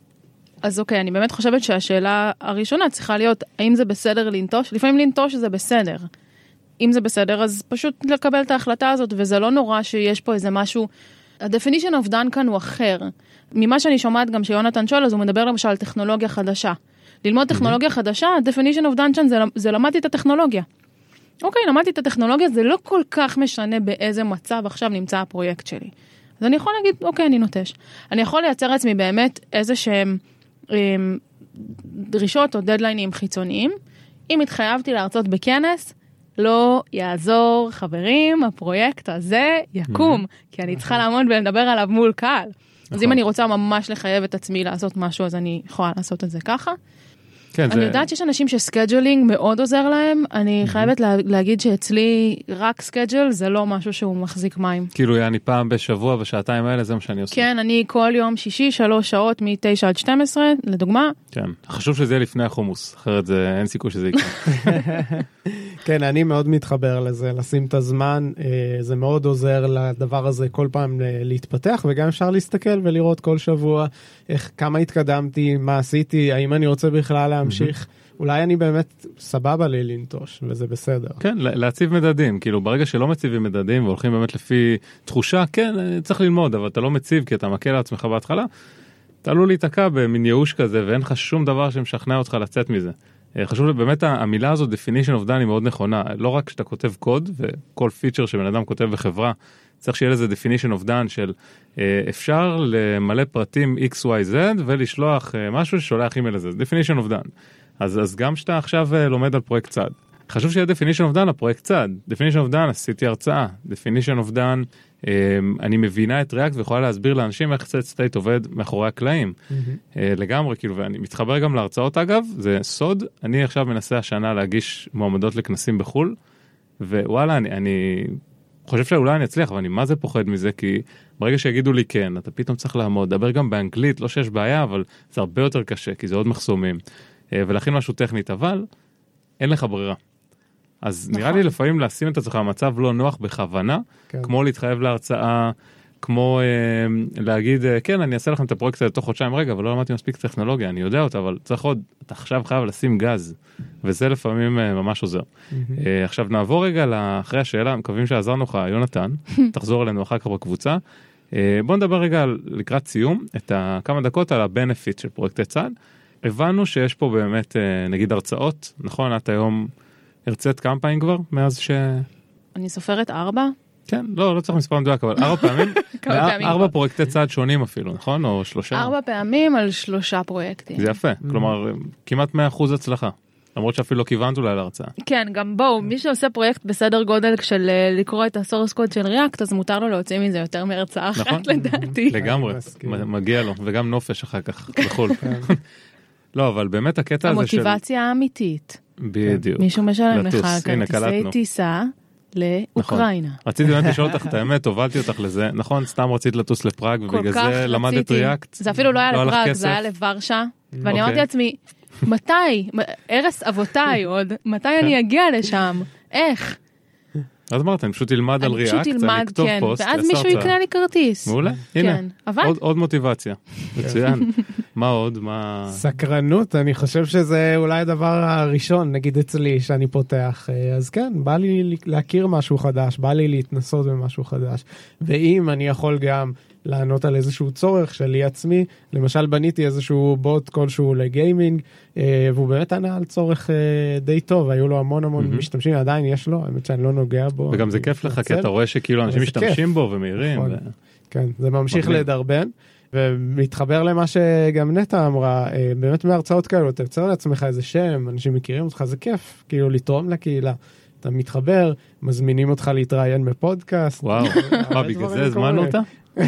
אז אוקיי, אני באמת חושבת שהשאלה הראשונה צריכה להיות, האם זה בסדר לנטוש? לפעמים לנטוש זה בסדר. אם זה בסדר, אז פשוט לקבל את ההחלטה הזאת, וזה לא נורא שיש פה איזה משהו, ה-definition of done כאן הוא אחר. ממה שאני שומעת גם שיונתן שואל, אז הוא מדבר למשל על טכנולוגיה חדשה. ללמוד טכנולוגיה חדשה, ה-definition of done זה, זה למדתי את הטכנולוגיה. אוקיי, למדתי את הטכנולוגיה, זה לא כל כך משנה באיזה מצב עכשיו נמצא הפרויקט שלי. אז אני יכול להגיד, אוקיי, אני נוטש. אני יכול לייצר עצמי באמת איזה שהם הם, דרישות או דדליינים חיצוניים. אם התחייבתי להרצות בכנס, לא יעזור, חברים, הפרויקט הזה יקום, כי אני צריכה לעמוד ולדבר עליו מול קהל. אז אם אני רוצה ממש לחייב את עצמי לעשות משהו, אז אני יכולה לעשות את זה ככה. כן, אני זה... יודעת שיש אנשים שסקייג'ולינג מאוד עוזר להם, אני חייבת לה, להגיד שאצלי רק סקייג'ול זה לא משהו שהוא מחזיק מים. כאילו אני פעם בשבוע בשעתיים האלה, זה מה שאני עושה. כן, אני כל יום שישי, שלוש שעות מ-תשע עד שתים עשרה, לדוגמה. כן, חשוב שזה יהיה לפני החומוס, אחרת זה, אין סיכוי שזה יקרה. כן, אני מאוד מתחבר לזה, לשים את הזמן, זה מאוד עוזר לדבר הזה כל פעם להתפתח, וגם אפשר להסתכל ולראות כל שבוע איך, כמה התקדמתי, מה עשיתי, האם אני רוצה בכלל להמשיך, אולי אני באמת סבבה לי לנטוש, וזה בסדר. כן, להציב מדדים, כאילו ברגע שלא מציבים מדדים, והולכים באמת לפי תחושה, כן, צריך ללמוד, אבל אתה לא מציב, כי אתה מקל לעצמך בהתחלה, אתה עלול להיתקע במין ייאוש כזה, ואין לך שום דבר שמשכנע אותך לצאת מזה. חשוב באמת המילה הזאת, definition of done, היא מאוד נכונה. לא רק שאתה כותב קוד, וכל פיצ'ר שבן אדם כותב בחברה, צריך שיהיה לזה definition of done של אפשר למלא פרטים X Y Z ולשלוח משהו ששולח אימייל לזה. definition of done. אז, אז גם שאתה עכשיו לומד על פרויקט צעד. חשוב שיהיה definition of done לפרויקט צעד. definition of done, עשיתי הרצאה. definition of done, אני מבינה את React ויכולה להסביר לאנשים איך סט סטייט עובד מאחורי הקלעים. לגמרי, כאילו, ואני מתחבר גם להרצאות אגב, זה סוד. אני עכשיו מנסה השנה להגיש מועמדות לכנסים בחול, ווואלה, אני, אני חושב שאולי אני אצליח, אבל אני מה זה פוחד מזה, כי ברגע שיגידו לי כן, אתה פתאום צריך לעמוד, דבר גם באנגלית, לא שיש בעיה, אבל זה הרבה יותר קשה, כי זה עוד מחסומים. ולהכין משהו טכנית, אבל אין לך ברירה. אז נראה לי לפעמים לשים את עצמך במצב לא נוח בכוונה, כמו להתחייב להרצאה, כמו להגיד, כן, אני אעשה לכם את הפרויקט הזה תוך חודשיים, רגע, אבל לא למדתי מספיק טכנולוגיה, אני יודע אותה, אבל צריך עוד, אתה עכשיו חייב לשים גז, וזה לפעמים ממש עוזר. עכשיו נעבור רגע לאחרי השאלה, מקווים שעזרנו לך, יונתן, תחזור אלינו אחר כך בקבוצה. בוא נדבר רגע לקראת סיום, את כמה דקות על הבנפיט של פרויקטי צעד. הבנו שיש פה באמת, נגיד, הרצאות, נכון? את היום הרצאת כמה פעמים כבר, מאז ש... אני סופרת ארבע. כן, לא, לא צריך מספר מדויק, אבל ארבע פעמים, ארבע פרויקטי צעד שונים אפילו, נכון? או שלושה? ארבע פעמים על שלושה פרויקטים. זה יפה, כלומר, כמעט מאה אחוז הצלחה. למרות שאפילו לא כיוונת אולי להרצאה. כן, גם בואו, מי שעושה פרויקט בסדר גודל של לקרוא את הסורס קוד של React, אז מותר לו להוציא מזה יותר מהרצאה אחת, לדעתי. לגמרי, מגיע לו, וגם נופש אחר כך, בחול. לא, אבל באמת הקטע הזה של... המוטיבציה האמיתית. בדיוק. מישהו משלם לך כרטיסי טיסה לאוקראינה. רציתי באמת לשאול אותך את האמת, הובלתי אותך לזה. נכון, סתם רצית לטוס לפראג, ובגלל זה למדת ריאקט. זה אפילו לא היה לפראג, זה היה לוורשה. ואני אמרתי לעצמי, מתי, ארץ אבותיי עוד, מתי אני אגיע לשם? איך? אז אמרת, אני פשוט אלמד על ריאקט, אני אכתוב פוסט, ואז מישהו יקנה לי כרטיס. מעולה, הנה, עוד מוטיבציה, מצוין. מה עוד? סקרנות, אני חושב שזה אולי הדבר הראשון, נגיד אצלי, שאני פותח, אז כן, בא לי להכיר משהו חדש, בא לי להתנסות במשהו חדש, ואם אני יכול גם לענות על איזשהו צורך שלי עצמי, למשל בניתי איזשהו בוט כלשהו לגיימינג, והוא באמת ענה על צורך די טוב, היו לו המון המון משתמשים, עדיין יש לו, האמת שאני לא נוגע בו. וגם זה כיף לך, כי אתה רואה שכאילו אנשים משתמשים בו ומהירים. כן, זה ממשיך לדרבן, ומתחבר למה שגם נטע אמרה, באמת מהרצאות כאלו, אתה יוצר לעצמך איזה שם, אנשים מכירים אותך, זה כיף, כאילו לתרום לקהילה. אתה מתחבר, מזמינים אותך להתראיין בפודקאסט. וואו, מה, בגלל זה הזמנו אותה?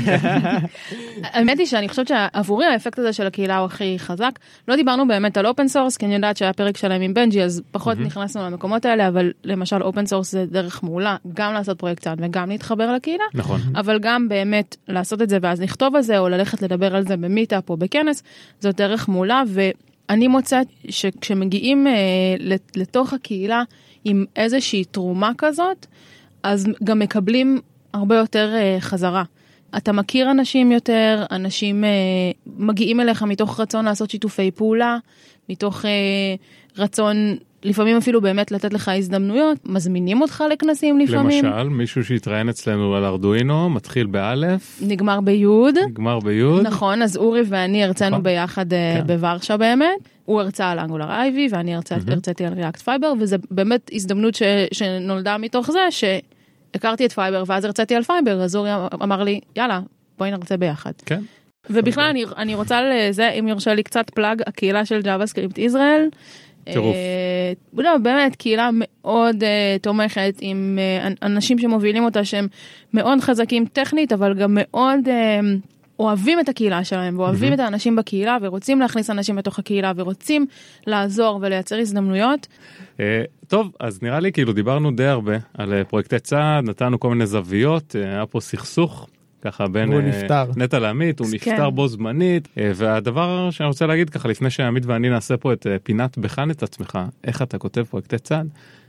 האמת היא שאני חושבת שעבורי האפקט הזה של הקהילה הוא הכי חזק. לא דיברנו באמת על אופן סורס, כי אני יודעת שהיה פרק שלהם עם בנג'י, אז פחות נכנסנו למקומות האלה, אבל למשל אופן סורס זה דרך מעולה, גם לעשות פרויקט צעד וגם להתחבר לקהילה, אבל גם באמת לעשות את זה ואז לכתוב על זה, או ללכת לדבר על זה במיטאפ או בכנס, זאת דרך מעולה, ואני מוצאת שכשמגיעים לתוך הקהילה עם איזושהי תרומה כזאת, אז גם מקבלים הרבה יותר חזרה. אתה מכיר אנשים יותר, אנשים אה, מגיעים אליך מתוך רצון לעשות שיתופי פעולה, מתוך אה, רצון, לפעמים אפילו באמת לתת לך הזדמנויות, מזמינים אותך לכנסים לפעמים. למשל, מישהו שהתראיין אצלנו על ארדואינו, מתחיל באלף. נגמר ביוד. נגמר ביוד. נכון, אז אורי ואני הרצנו נכון. ביחד אה, כן. בוורשה באמת. הוא הרצה על אנגולר אייבי, ואני הרצה, mm-hmm. הרציתי על ריאקט פייבר, וזה באמת הזדמנות ש, שנולדה מתוך זה, ש... הכרתי את פייבר, ואז הרציתי על פייבר, אז אורי אמר לי, יאללה, בואי נרצה ביחד. כן. ובכלל, אני, אני רוצה לזה, אם יורשה לי קצת פלאג, הקהילה של JavaScript ישראל. טירוף. אה, לא, באמת, קהילה מאוד אה, תומכת, עם אה, אנשים שמובילים אותה, שהם מאוד חזקים טכנית, אבל גם מאוד אה, אוהבים את הקהילה שלהם, ואוהבים mm-hmm. את האנשים בקהילה, ורוצים להכניס אנשים בתוך הקהילה, ורוצים לעזור ולייצר הזדמנויות. אה, טוב, אז נראה לי כאילו דיברנו די הרבה על פרויקטי צעד, נתנו כל מיני זוויות, היה פה סכסוך, ככה בין נטע לעמית, הוא נפטר בו זמנית, והדבר שאני רוצה להגיד ככה, לפני שעמית ואני נעשה פה את פינת בחן את עצמך, איך אתה כותב פרויקטי צעד,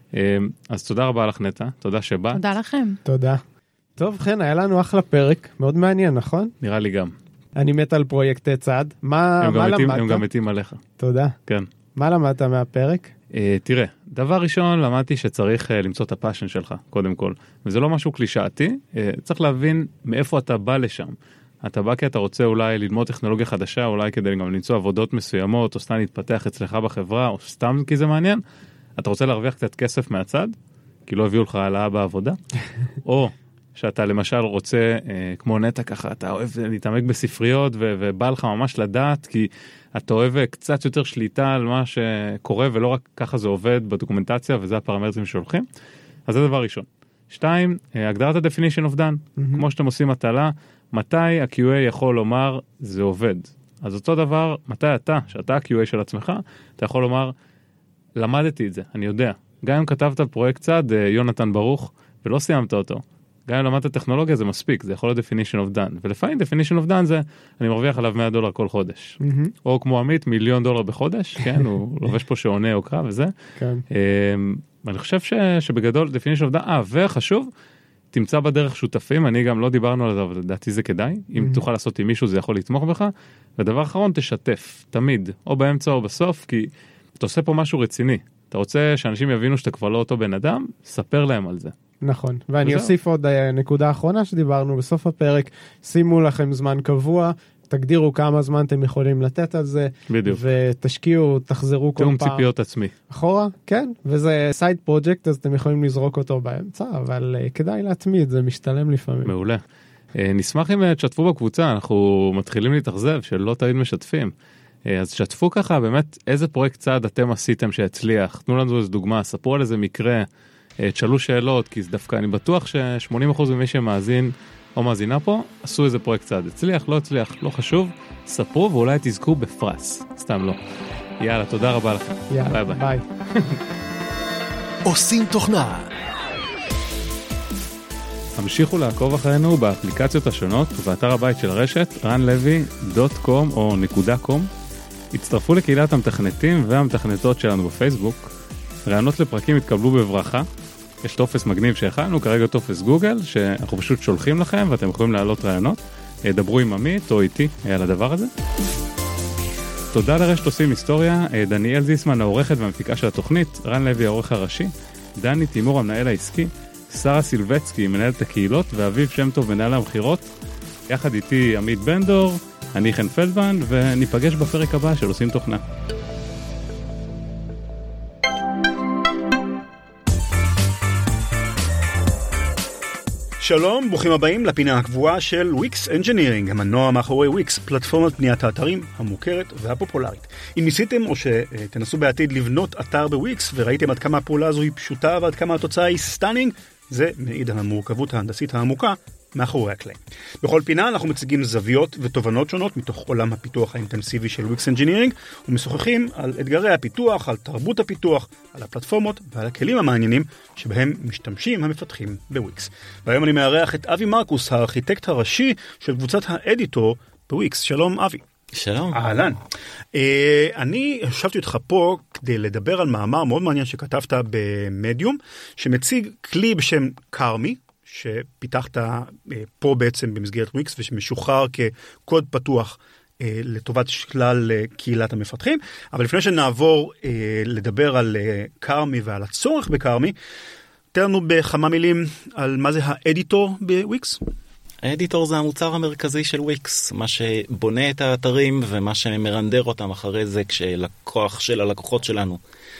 אז תודה רבה לך נטע, תודה שבאת. תודה לכם. תודה. טוב, כן, היה לנו אחלה פרק, מאוד מעניין, נכון? נראה לי גם. אני מת על פרויקטי צעד, מה למדת? הם גם מתים עליך. תודה. כן. מה למדת מהפרק? Uh, תראה, דבר ראשון למדתי שצריך uh, למצוא את הפאשן שלך, קודם כל. וזה לא משהו קלישאתי, uh, צריך להבין מאיפה אתה בא לשם. אתה בא כי אתה רוצה אולי ללמוד טכנולוגיה חדשה, אולי כדי גם למצוא עבודות מסוימות, או סתם להתפתח אצלך בחברה, או סתם כי זה מעניין. אתה רוצה להרוויח קצת כסף מהצד, כי לא הביאו לך העלאה בעבודה, או שאתה למשל רוצה, uh, כמו נטע ככה, אתה אוהב להתעמק בספריות, ו- ובא לך ממש לדעת, כי אתה אוהב קצת יותר שליטה על מה שקורה, ולא רק ככה זה עובד בדוקומנטציה, וזה הפרמטרים שהולכים. אז זה דבר ראשון. שתיים, הגדרת ה-definition of done. Mm-hmm. כמו שאתם עושים מטלה, מתי ה-Q A יכול לומר, זה עובד. אז אותו דבר, מתי אתה, שאתה ה-Q A של עצמך, אתה יכול לומר, למדתי את זה, אני יודע. גם אם כתבת פרויקט צד, יונתן ברוך, ולא סיימת אותו. גם אם למדת טכנולוגיה זה מספיק, זה יכול להיות definition of done, ולפעמים definition of done זה, אני מרוויח עליו מאה דולר כל חודש, mm-hmm. או כמו עמית, מיליון דולר בחודש, כן, הוא לובש פה שעונה או קרא וזה, כן. ואני חושב ש, שבגדול definition of done, אה, וחשוב, תמצא בדרך שותפים, אני גם לא דיברנו על זה, אבל לדעתי זה כדאי, mm-hmm. אם תוכל לעשות עם מישהו זה יכול לתמוך בך, ודבר אחרון, תשתף, תמיד, או באמצע או בסוף, כי אתה עושה פה משהו רציני, אתה רוצה שאנשים יבינו שאתה כבר לא אותו בן אדם, ספר להם על זה. נכון, ואני אוסיף עוד נקודה אחרונה שדיברנו בסוף הפרק, שימו לכם זמן קבוע, תגדירו כמה זמן אתם יכולים לתת על זה, בדיוק. ותשקיעו, תחזרו כל פעם. תאום ציפיות עצמי. אחורה, כן, וזה סייד פרוג'קט, אז אתם יכולים לזרוק אותו באמצע, אבל uh, כדאי להתמיד, זה משתלם לפעמים. מעולה. Uh, נשמח אם תשתפו בקבוצה, אנחנו מתחילים להתאכזב שלא תמיד משתפים. Uh, אז שתפו ככה, באמת, איזה פרויקט צעד אתם עשיתם שהצליח, תנו לנו איזו דוגמה, ספרו על איזה מקרה, תשאלו שאלות, כי זה דווקא, אני בטוח ש-שמונים אחוז ממי שמאזין או מאזינה פה, עשו איזה פרויקט צעד. הצליח, לא הצליח, לא חשוב, ספרו ואולי תזכו בפרס. סתם לא. יאללה, תודה רבה לכם. יאללה, ביי ביי. עושים תוכנה. המשיכו לעקוב אחרינו באפליקציות השונות ובאתר הבית של הרשת, רן לוי דוט קום או נקודה קום. הצטרפו לקהילת המתכנתים והמתכנתות שלנו בפייסבוק. רעיונות לפרקים התקבלו בברכה, יש טופס מגניב שהכנו, כרגע טופס גוגל, שאנחנו פשוט שולחים לכם, ואתם יכולים להעלות רעיונות. דברו עם עמית או איתי על הדבר הזה. תודה לרשת עושים היסטוריה, דניאל זיסמן העורכת והמפיקה של התוכנית, רן לוי העורך הראשי, דני תימור המנהל העסקי, שרה סילבצקי מנהלת הקהילות, ואביב שם טוב מנהל המחירות. יחד איתי עמית בנדור, אני חן פלדמן, וניפגש בפרק הבא של עושים תוכנה. שלום, ברוכים הבאים לפינה הקבועה של Wix Engineering, המנוע מאחורי Wix, פלטפורמת בניית האתרים המוכרת והפופולרית. אם ניסיתם או שתנסו בעתיד לבנות אתר בוויקס וראיתם עד כמה הפעולה הזו היא פשוטה ועד כמה התוצאה היא סטאנינג, זה מעיד על המורכבות ההנדסית העמוקה מאחורי הקלעים. בכל פינה אנחנו מציגים זוויות ותובנות שונות מתוך עולם הפיתוח האינטנסיבי של Wix Engineering, ומשוחחים על אתגרי הפיתוח, על תרבות הפיתוח, על הפלטפורמות ועל הכלים המעניינים שבהם משתמשים המפתחים בוויקס. והיום אני מארח את אבי מרקוס, הארכיטקט הראשי של קבוצת האדיטור בוויקס. שלום אבי. שלום. אהלן. אני ישבתי אותך פה כדי לדבר על מאמר מאוד מעניין שכתבת במדיום, שמציג כלי בשם קרמי, שפיתחת פה בעצם במסגרת וויקס, ושמשוחרר כקוד פתוח לטובת שלל קהילת המפתחים. אבל לפני שנעבור לדבר על קרמי ועל הצורך בקרמי, תן לנו בכמה מילים על מה זה האדיטור בוויקס. האדיטור זה המוצר המרכזי של וויקס, מה שבונה את האתרים ומה שמרנדר אותם אחרי זה כשלקוח של הלקוחות שלנו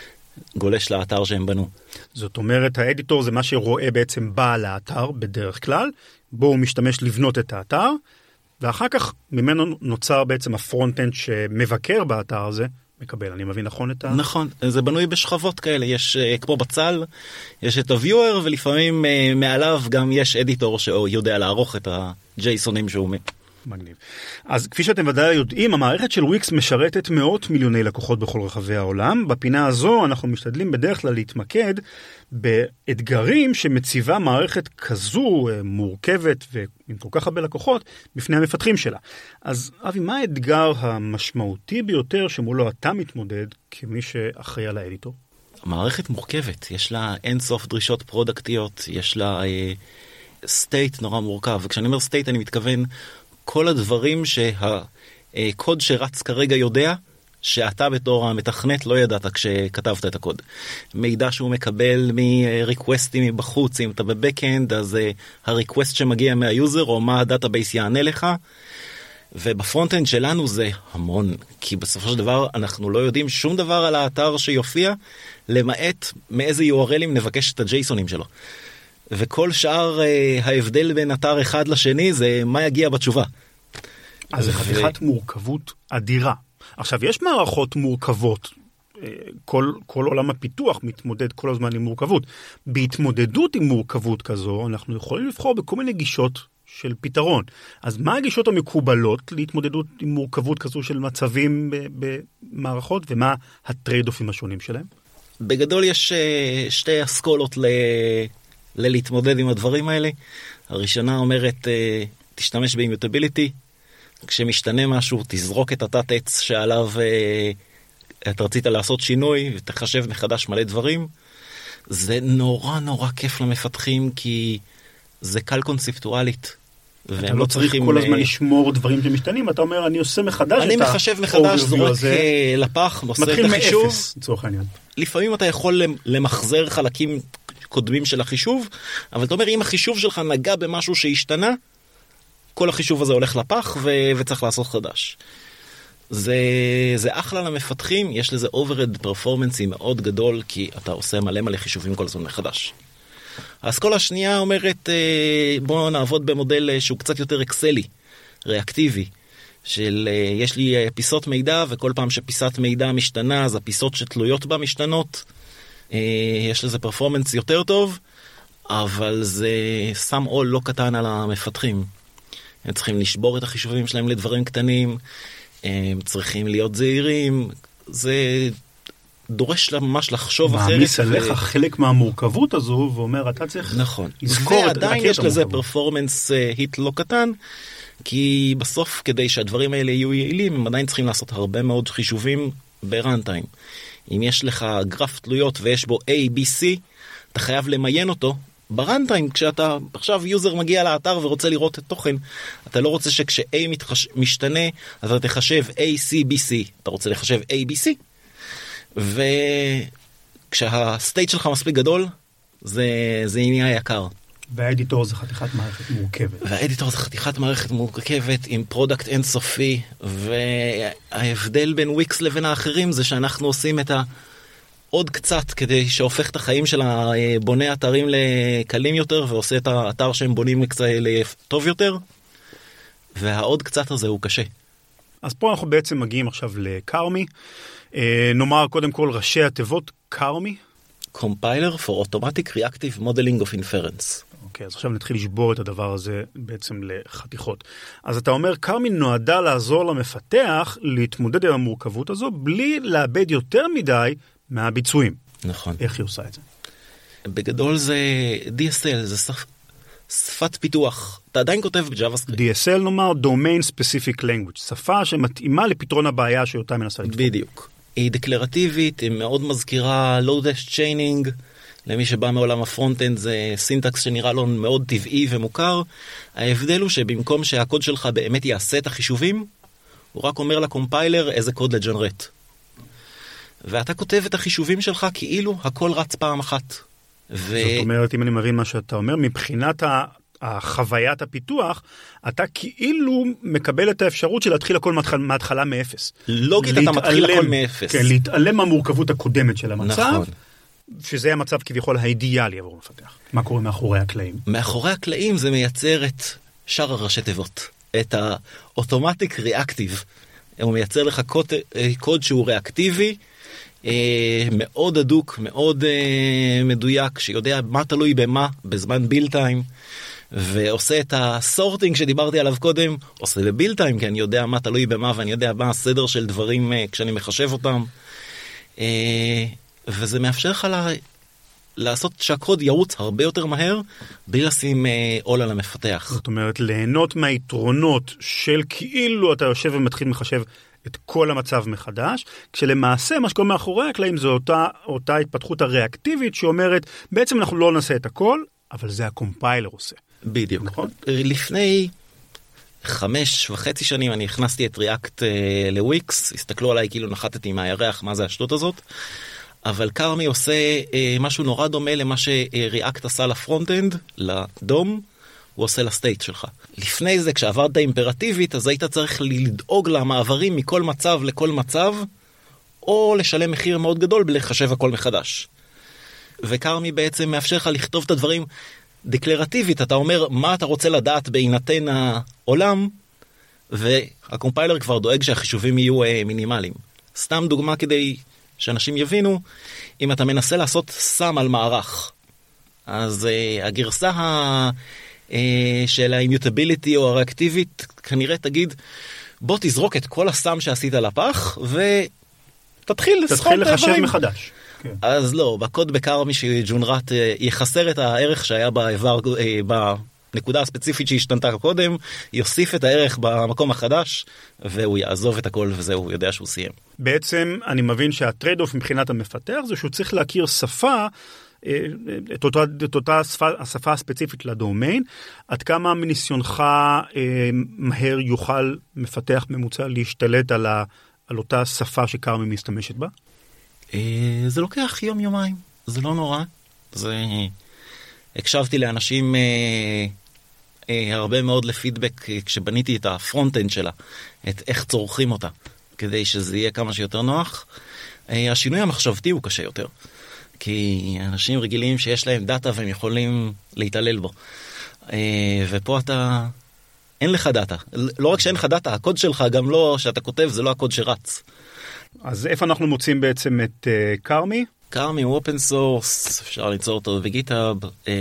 גולש לאתר שהם בנו. זאת אומרת, האדיטור זה מה שרואה בעצם בעל האתר בדרך כלל, בו הוא משתמש לבנות את האתר, ואחר כך ממנו נוצר בעצם הפרונט-אנד שמבקר באתר הזה, מקבל, אני מבין נכון את ה... נכון, זה בנוי בשכבות כאלה, יש כמו בצל, יש את ה-viewer, ולפעמים מעליו גם יש אדיטור שיודע לערוך את ה-ג'ייסונים שהוא מ... מגניב. אז כפי שאתם ודאי יודעים, המערכת של וויקס משרתת מאות מיליוני לקוחות בכל רחבי העולם. בפינה הזו אנחנו משתדלים בדרך כלל להתמקד באתגרים שמציבה מערכת כזו מורכבת ועם כל כך הרבה לקוחות בפני המפתחים שלה. אז אבי, מה האתגר המשמעותי ביותר שמולו אתה מתמודד כמי שאחראי על האדיטור? המערכת מורכבת, יש לה אין סוף דרישות פרודקטיות, יש לה סטייט נורא מורכב, וכשאני אומר סטייט אני מתכוון כל הדברים שהקוד שרץ כרגע יודע, שאתה בתור המתכנת לא ידעת כשכתבת את הקוד. מידע שהוא מקבל מריקווסטים מבחוץ, אם אתה בבקאנד, אז הריקווסט שמגיע מהיוזר, או מה הדאטאבייס יענה לך, ובפרונט-אנד שלנו זה המון, כי בסופו של דבר אנחנו לא יודעים שום דבר על האתר שיופיע, למעט מאיזה יו אר אל'ים נבקש את הג'ייסונים שלו. וכל שאר uh, ההבדל בין אתר אחד לשני זה מה יגיע בתשובה. אז זה חתיכת מורכבות אדירה. עכשיו, יש מערכות מורכבות. כל, כל עולם הפיתוח מתמודד כל הזמן עם מורכבות. בהתמודדות עם מורכבות כזו, אנחנו יכולים לבחור בכל מיני גישות של פתרון. אז מה הגישות המקובלות להתמודדות עם מורכבות כזו של מצבים במערכות, ומה הטרייד-אופים השונים שלהם? בגדול יש uh, שתי אסכולות ל... ללהתמודד עם הדברים האלה. הראשונה אומרת, תשתמש באימיוטביליטי, כשמשתנה משהו, תזרוק את התת עץ שעליו אתה רצית לעשות שינוי, ותחשב מחדש מלא דברים. זה נורא נורא כיף למפתחים, כי זה קל קונספטואלית. אתה לא צריך כל הזמן לשמור דברים שמשתנים, אתה אומר, אני עושה מחדש, אני מחשב מחדש, זורק לפח, עושה את החישוב. מתחיל מאפס, לצורך העניין. לפעמים אתה יכול למחזר חלקים קודמים של החישוב, אבל אתה אומר, אם החישוב שלך נגע במשהו שהשתנה, כל החישוב הזה הולך לפח ו- וצריך לעשות חדש. זה, זה אחלה למפתחים, יש לזה overhead performance מאוד גדול, כי אתה עושה מלא מלא חישובים כל הזמן מחדש. האסכולה השנייה אומרת, בואו נעבוד במודל שהוא קצת יותר אקסלי, ריאקטיבי, של יש לי פיסות מידע, וכל פעם שפיסת מידע משתנה, אז הפיסות שתלויות בה משתנות, יש לזה פרפורמנס יותר טוב, אבל זה שם עול לא קטן על המפתחים. הם צריכים לשבור את החישובים שלהם לדברים קטנים, הם צריכים להיות זהירים, זה דורש ממש לחשוב אחרת. מעמיס עליך חלק מהמורכבות הזו, ואומר, אתה צריך נכון. לזכור, ועדיין יש לזה פרפורמנס היט לא קטן, כי בסוף, כדי שהדברים האלה יהיו יעילים, הם עדיין צריכים לעשות הרבה מאוד חישובים ברנטיים. אם יש לך גרף תלויות ויש בו A, B, C, אתה חייב למיין אותו ברנטיים. כשאתה עכשיו יוזר מגיע לאתר ורוצה לראות את תוכן, אתה לא רוצה שכש-A מתחש... משתנה, אז אתה תחשב A, C, B, C. אתה רוצה לחשב A, B, C. וכשהסטייט שלך מספיק גדול, זה, זה עניין יקר. והאדיטור זה חתיכת מערכת מורכבת. והאדיטור זה חתיכת מערכת מורכבת עם פרודקט אינסופי, וההבדל בין וויקס לבין האחרים זה שאנחנו עושים את ה... עוד קצת כדי שהופך את החיים של הבוני אתרים לקלים יותר, ועושה את האתר שהם בונים טוב יותר, והעוד קצת הזה הוא קשה. אז פה אנחנו בעצם מגיעים עכשיו לקרמי. נאמר קודם כל ראשי התיבות קרמי. Compiler for Automatic Reactive Modeling of Inference. אוקיי, אז עכשיו נתחיל לשבור את הדבר הזה בעצם לחתיכות. אז אתה אומר, קרמי נועדה לעזור למפתח להתמודד עם המורכבות הזו, בלי לאבד יותר מדי מהביצועים. נכון. איך היא עושה את זה? בגדול זה די אס אל, זה שפ... שפת פיתוח. אתה עדיין כותב ב-JavaScript. די אס אל נאמר, Domain Specific Language, שפה שמתאימה לפתרון הבעיה שאותה מנסה לפתור. בדיוק. היא דקלרטיבית, היא מאוד מזכירה Low-Dash Chaining, למי שבא מעולם הפרונט-אנד זה סינטקס שנראה לו מאוד טבעי ומוכר. ההבדל הוא שבמקום שהקוד שלך באמת יעשה את החישובים, הוא רק אומר לקומפיילר איזה קוד לג'נרט. ואתה כותב את החישובים שלך כאילו הכל רץ פעם אחת. ו... זאת אומרת, אם אני מבין מה שאתה אומר, מבחינת החוויית הפיתוח, אתה כאילו מקבל את האפשרות של להתחיל הכל מההתחלה מאפס. לוגית אתה מתחיל הכל מאפס. כן, להתעלם מהמורכבות הקודמת של המצב, נכון. שזה המצב כביכול האידיאלי עבור מפתח. מה קורה מאחורי הקלעים? מאחורי הקלעים זה מייצר את שאר הראשי תיבות. את האוטומטיק ריאקטיב. הוא מייצר לך קוד, קוד שהוא ריאקטיבי, מאוד אדוק, מאוד מדויק, שיודע מה תלוי במה, בזמן ביל טיים, ועושה את הסורטינג שדיברתי עליו קודם, עושה בביל טיים, כי אני יודע מה תלוי במה, ואני יודע מה הסדר של דברים כשאני מחשב אותם, וזה מאפשר לך לעשות שהקוד ירוץ הרבה יותר מהר, בלי לשים עול על המפתח. זאת אומרת, ליהנות מהיתרונות של כאילו אתה יושב ומתחיל מחשב את כל המצב מחדש, כשלמעשה מה שקורה מאחורי הקלעים זו אותה, אותה התפתחות הריאקטיבית שאומרת, בעצם אנחנו לא נעשה את הכל, אבל זה הקומפיילר עושה. בדיוק. נכון? לפני חמש וחצי שנים אני הכנסתי את ריאקט לוויקס, הסתכלו עליי כאילו נחתתי מהירח, מה זה השטות הזאת, אבל קרמי עושה אה, משהו נורא דומה למה שריאקט עשה לפרונט-אנד, לדום, הוא עושה לסטייט שלך. לפני זה, כשעברת אימפרטיבית, אז היית צריך לדאוג למעברים מכל מצב לכל מצב, או לשלם מחיר מאוד גדול בלחשב הכל מחדש. וקרמי בעצם מאפשר לך לכתוב את הדברים דקלרטיבית, אתה אומר מה אתה רוצה לדעת בהינתן העולם, והקומפיילר כבר דואג שהחישובים יהיו אה, מינימליים. סתם דוגמה כדי שאנשים יבינו, אם אתה מנסה לעשות סם על מערך, אז uh, הגרסה ה, uh, של האימיוטביליטי או הריאקטיבית, כנראה תגיד, בוא תזרוק את כל הסם שעשית לפח, ותתחיל לסחור את תתחיל לחשב האיברים. מחדש. כן. אז לא, בקוד בקרמי שג'ונרט uh, יחסר את הערך שהיה באיבר, uh, בנקודה הספציפית שהשתנתה קודם, יוסיף את הערך במקום החדש, והוא יעזוב את הכל וזהו, הוא יודע שהוא סיים. בעצם אני מבין שהטרייד-אוף מבחינת המפתח זה שהוא צריך להכיר שפה, את אותה, את אותה שפה, השפה הספציפית לדומיין, עד כמה מניסיונך מהר יוכל מפתח ממוצע להשתלט על, ה, על אותה שפה שקרמי מסתמשת בה? זה לוקח יום יומיים, זה לא נורא. זה... הקשבתי לאנשים הרבה מאוד לפידבק כשבניתי את הפרונט-אנד שלה, את איך צורכים אותה, כדי שזה יהיה כמה שיותר נוח. השינוי המחשבתי הוא קשה יותר, כי אנשים רגילים שיש להם דאטה והם יכולים להתעלל בו. ופה אתה, אין לך דאטה. לא רק שאין לך דאטה, הקוד שלך גם לא, שאתה כותב, זה לא הקוד שרץ. אז איפה אנחנו מוצאים בעצם את קרמי? קרמי הוא אופן סורס, אפשר ליצור אותו בגיטהאב.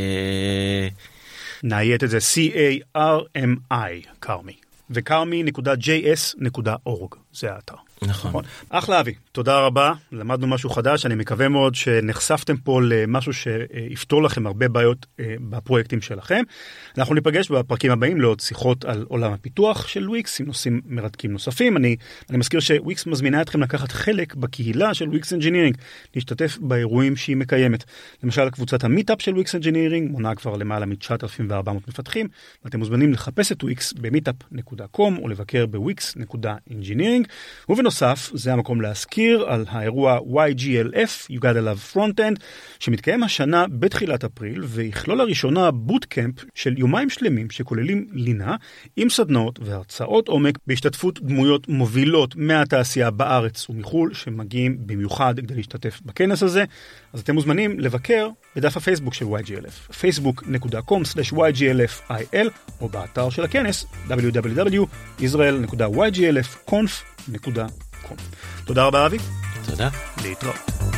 נעיית את זה C-A-R-M-I, קרמי. וקרמי נקודה ג'יי אס נקודה אורג, זה האתר. נכון. אחלה אבי, תודה רבה, למדנו משהו חדש, אני מקווה מאוד שנחשפתם פה למשהו שיפתור לכם הרבה בעיות בפרויקטים שלכם. אנחנו ניפגש בפרקים הבאים לעוד שיחות על עולם הפיתוח של וויקס, עם נושאים מרתקים נוספים. אני, אני מזכיר שוויקס מזמינה אתכם לקחת חלק בקהילה של וויקס אנג'ינירינג, להשתתף באירועים שהיא מקיימת. למשל, קבוצת המיטאפ של וויקס אנג'ינירינג מונה כבר למעלה מ-תשעת אלפים וארבע מאות מפתחים, ואתם מוזמנים לחפש את וויקס במיטאפ נקודה קום או לבקר בוויקס נקודה אנג'ינירינג. ובנוסף, זה המקום להזכיר על האירוע וואי ג'י אל אף, You Gotta Love Frontend, שמתקיים השנה בתחילת אפריל, ויכלול לראשונה בוטקמפ של יומיים שלמים שכוללים לינה עם סדנאות והרצאות עומק בהשתתפות דמויות מובילות מהתעשייה בארץ ומחול, שמגיעים במיוחד כדי להשתתף בכנס הזה. אז אתם מוזמנים לבקר בדף הפייסבוק של וואי ג'י אל אף, פייסבוק נקודה קום סלש וואי ג'י אל אף איי אל, או באתר של הכנס דאבליו דאבליו דאבליו נקודה ישראל נקודה וואי ג'י אל אף קונף נקודה קום. תודה רבה אבי. תודה. להתראות.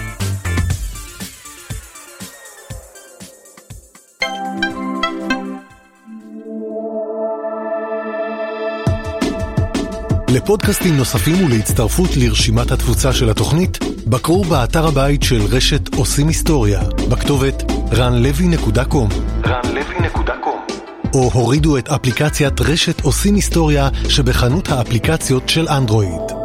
לפודקאסטים נוספים ולהצטרפות לרשימת התפוצה של התוכנית, בקרו באתר הבית של רשת עושים היסטוריה, בכתובת רן לוי נקודה קום. רן לוי נקודה קום. או הורידו את אפליקציית רשת עושים היסטוריה שבחנות האפליקציות של אנדרואיד.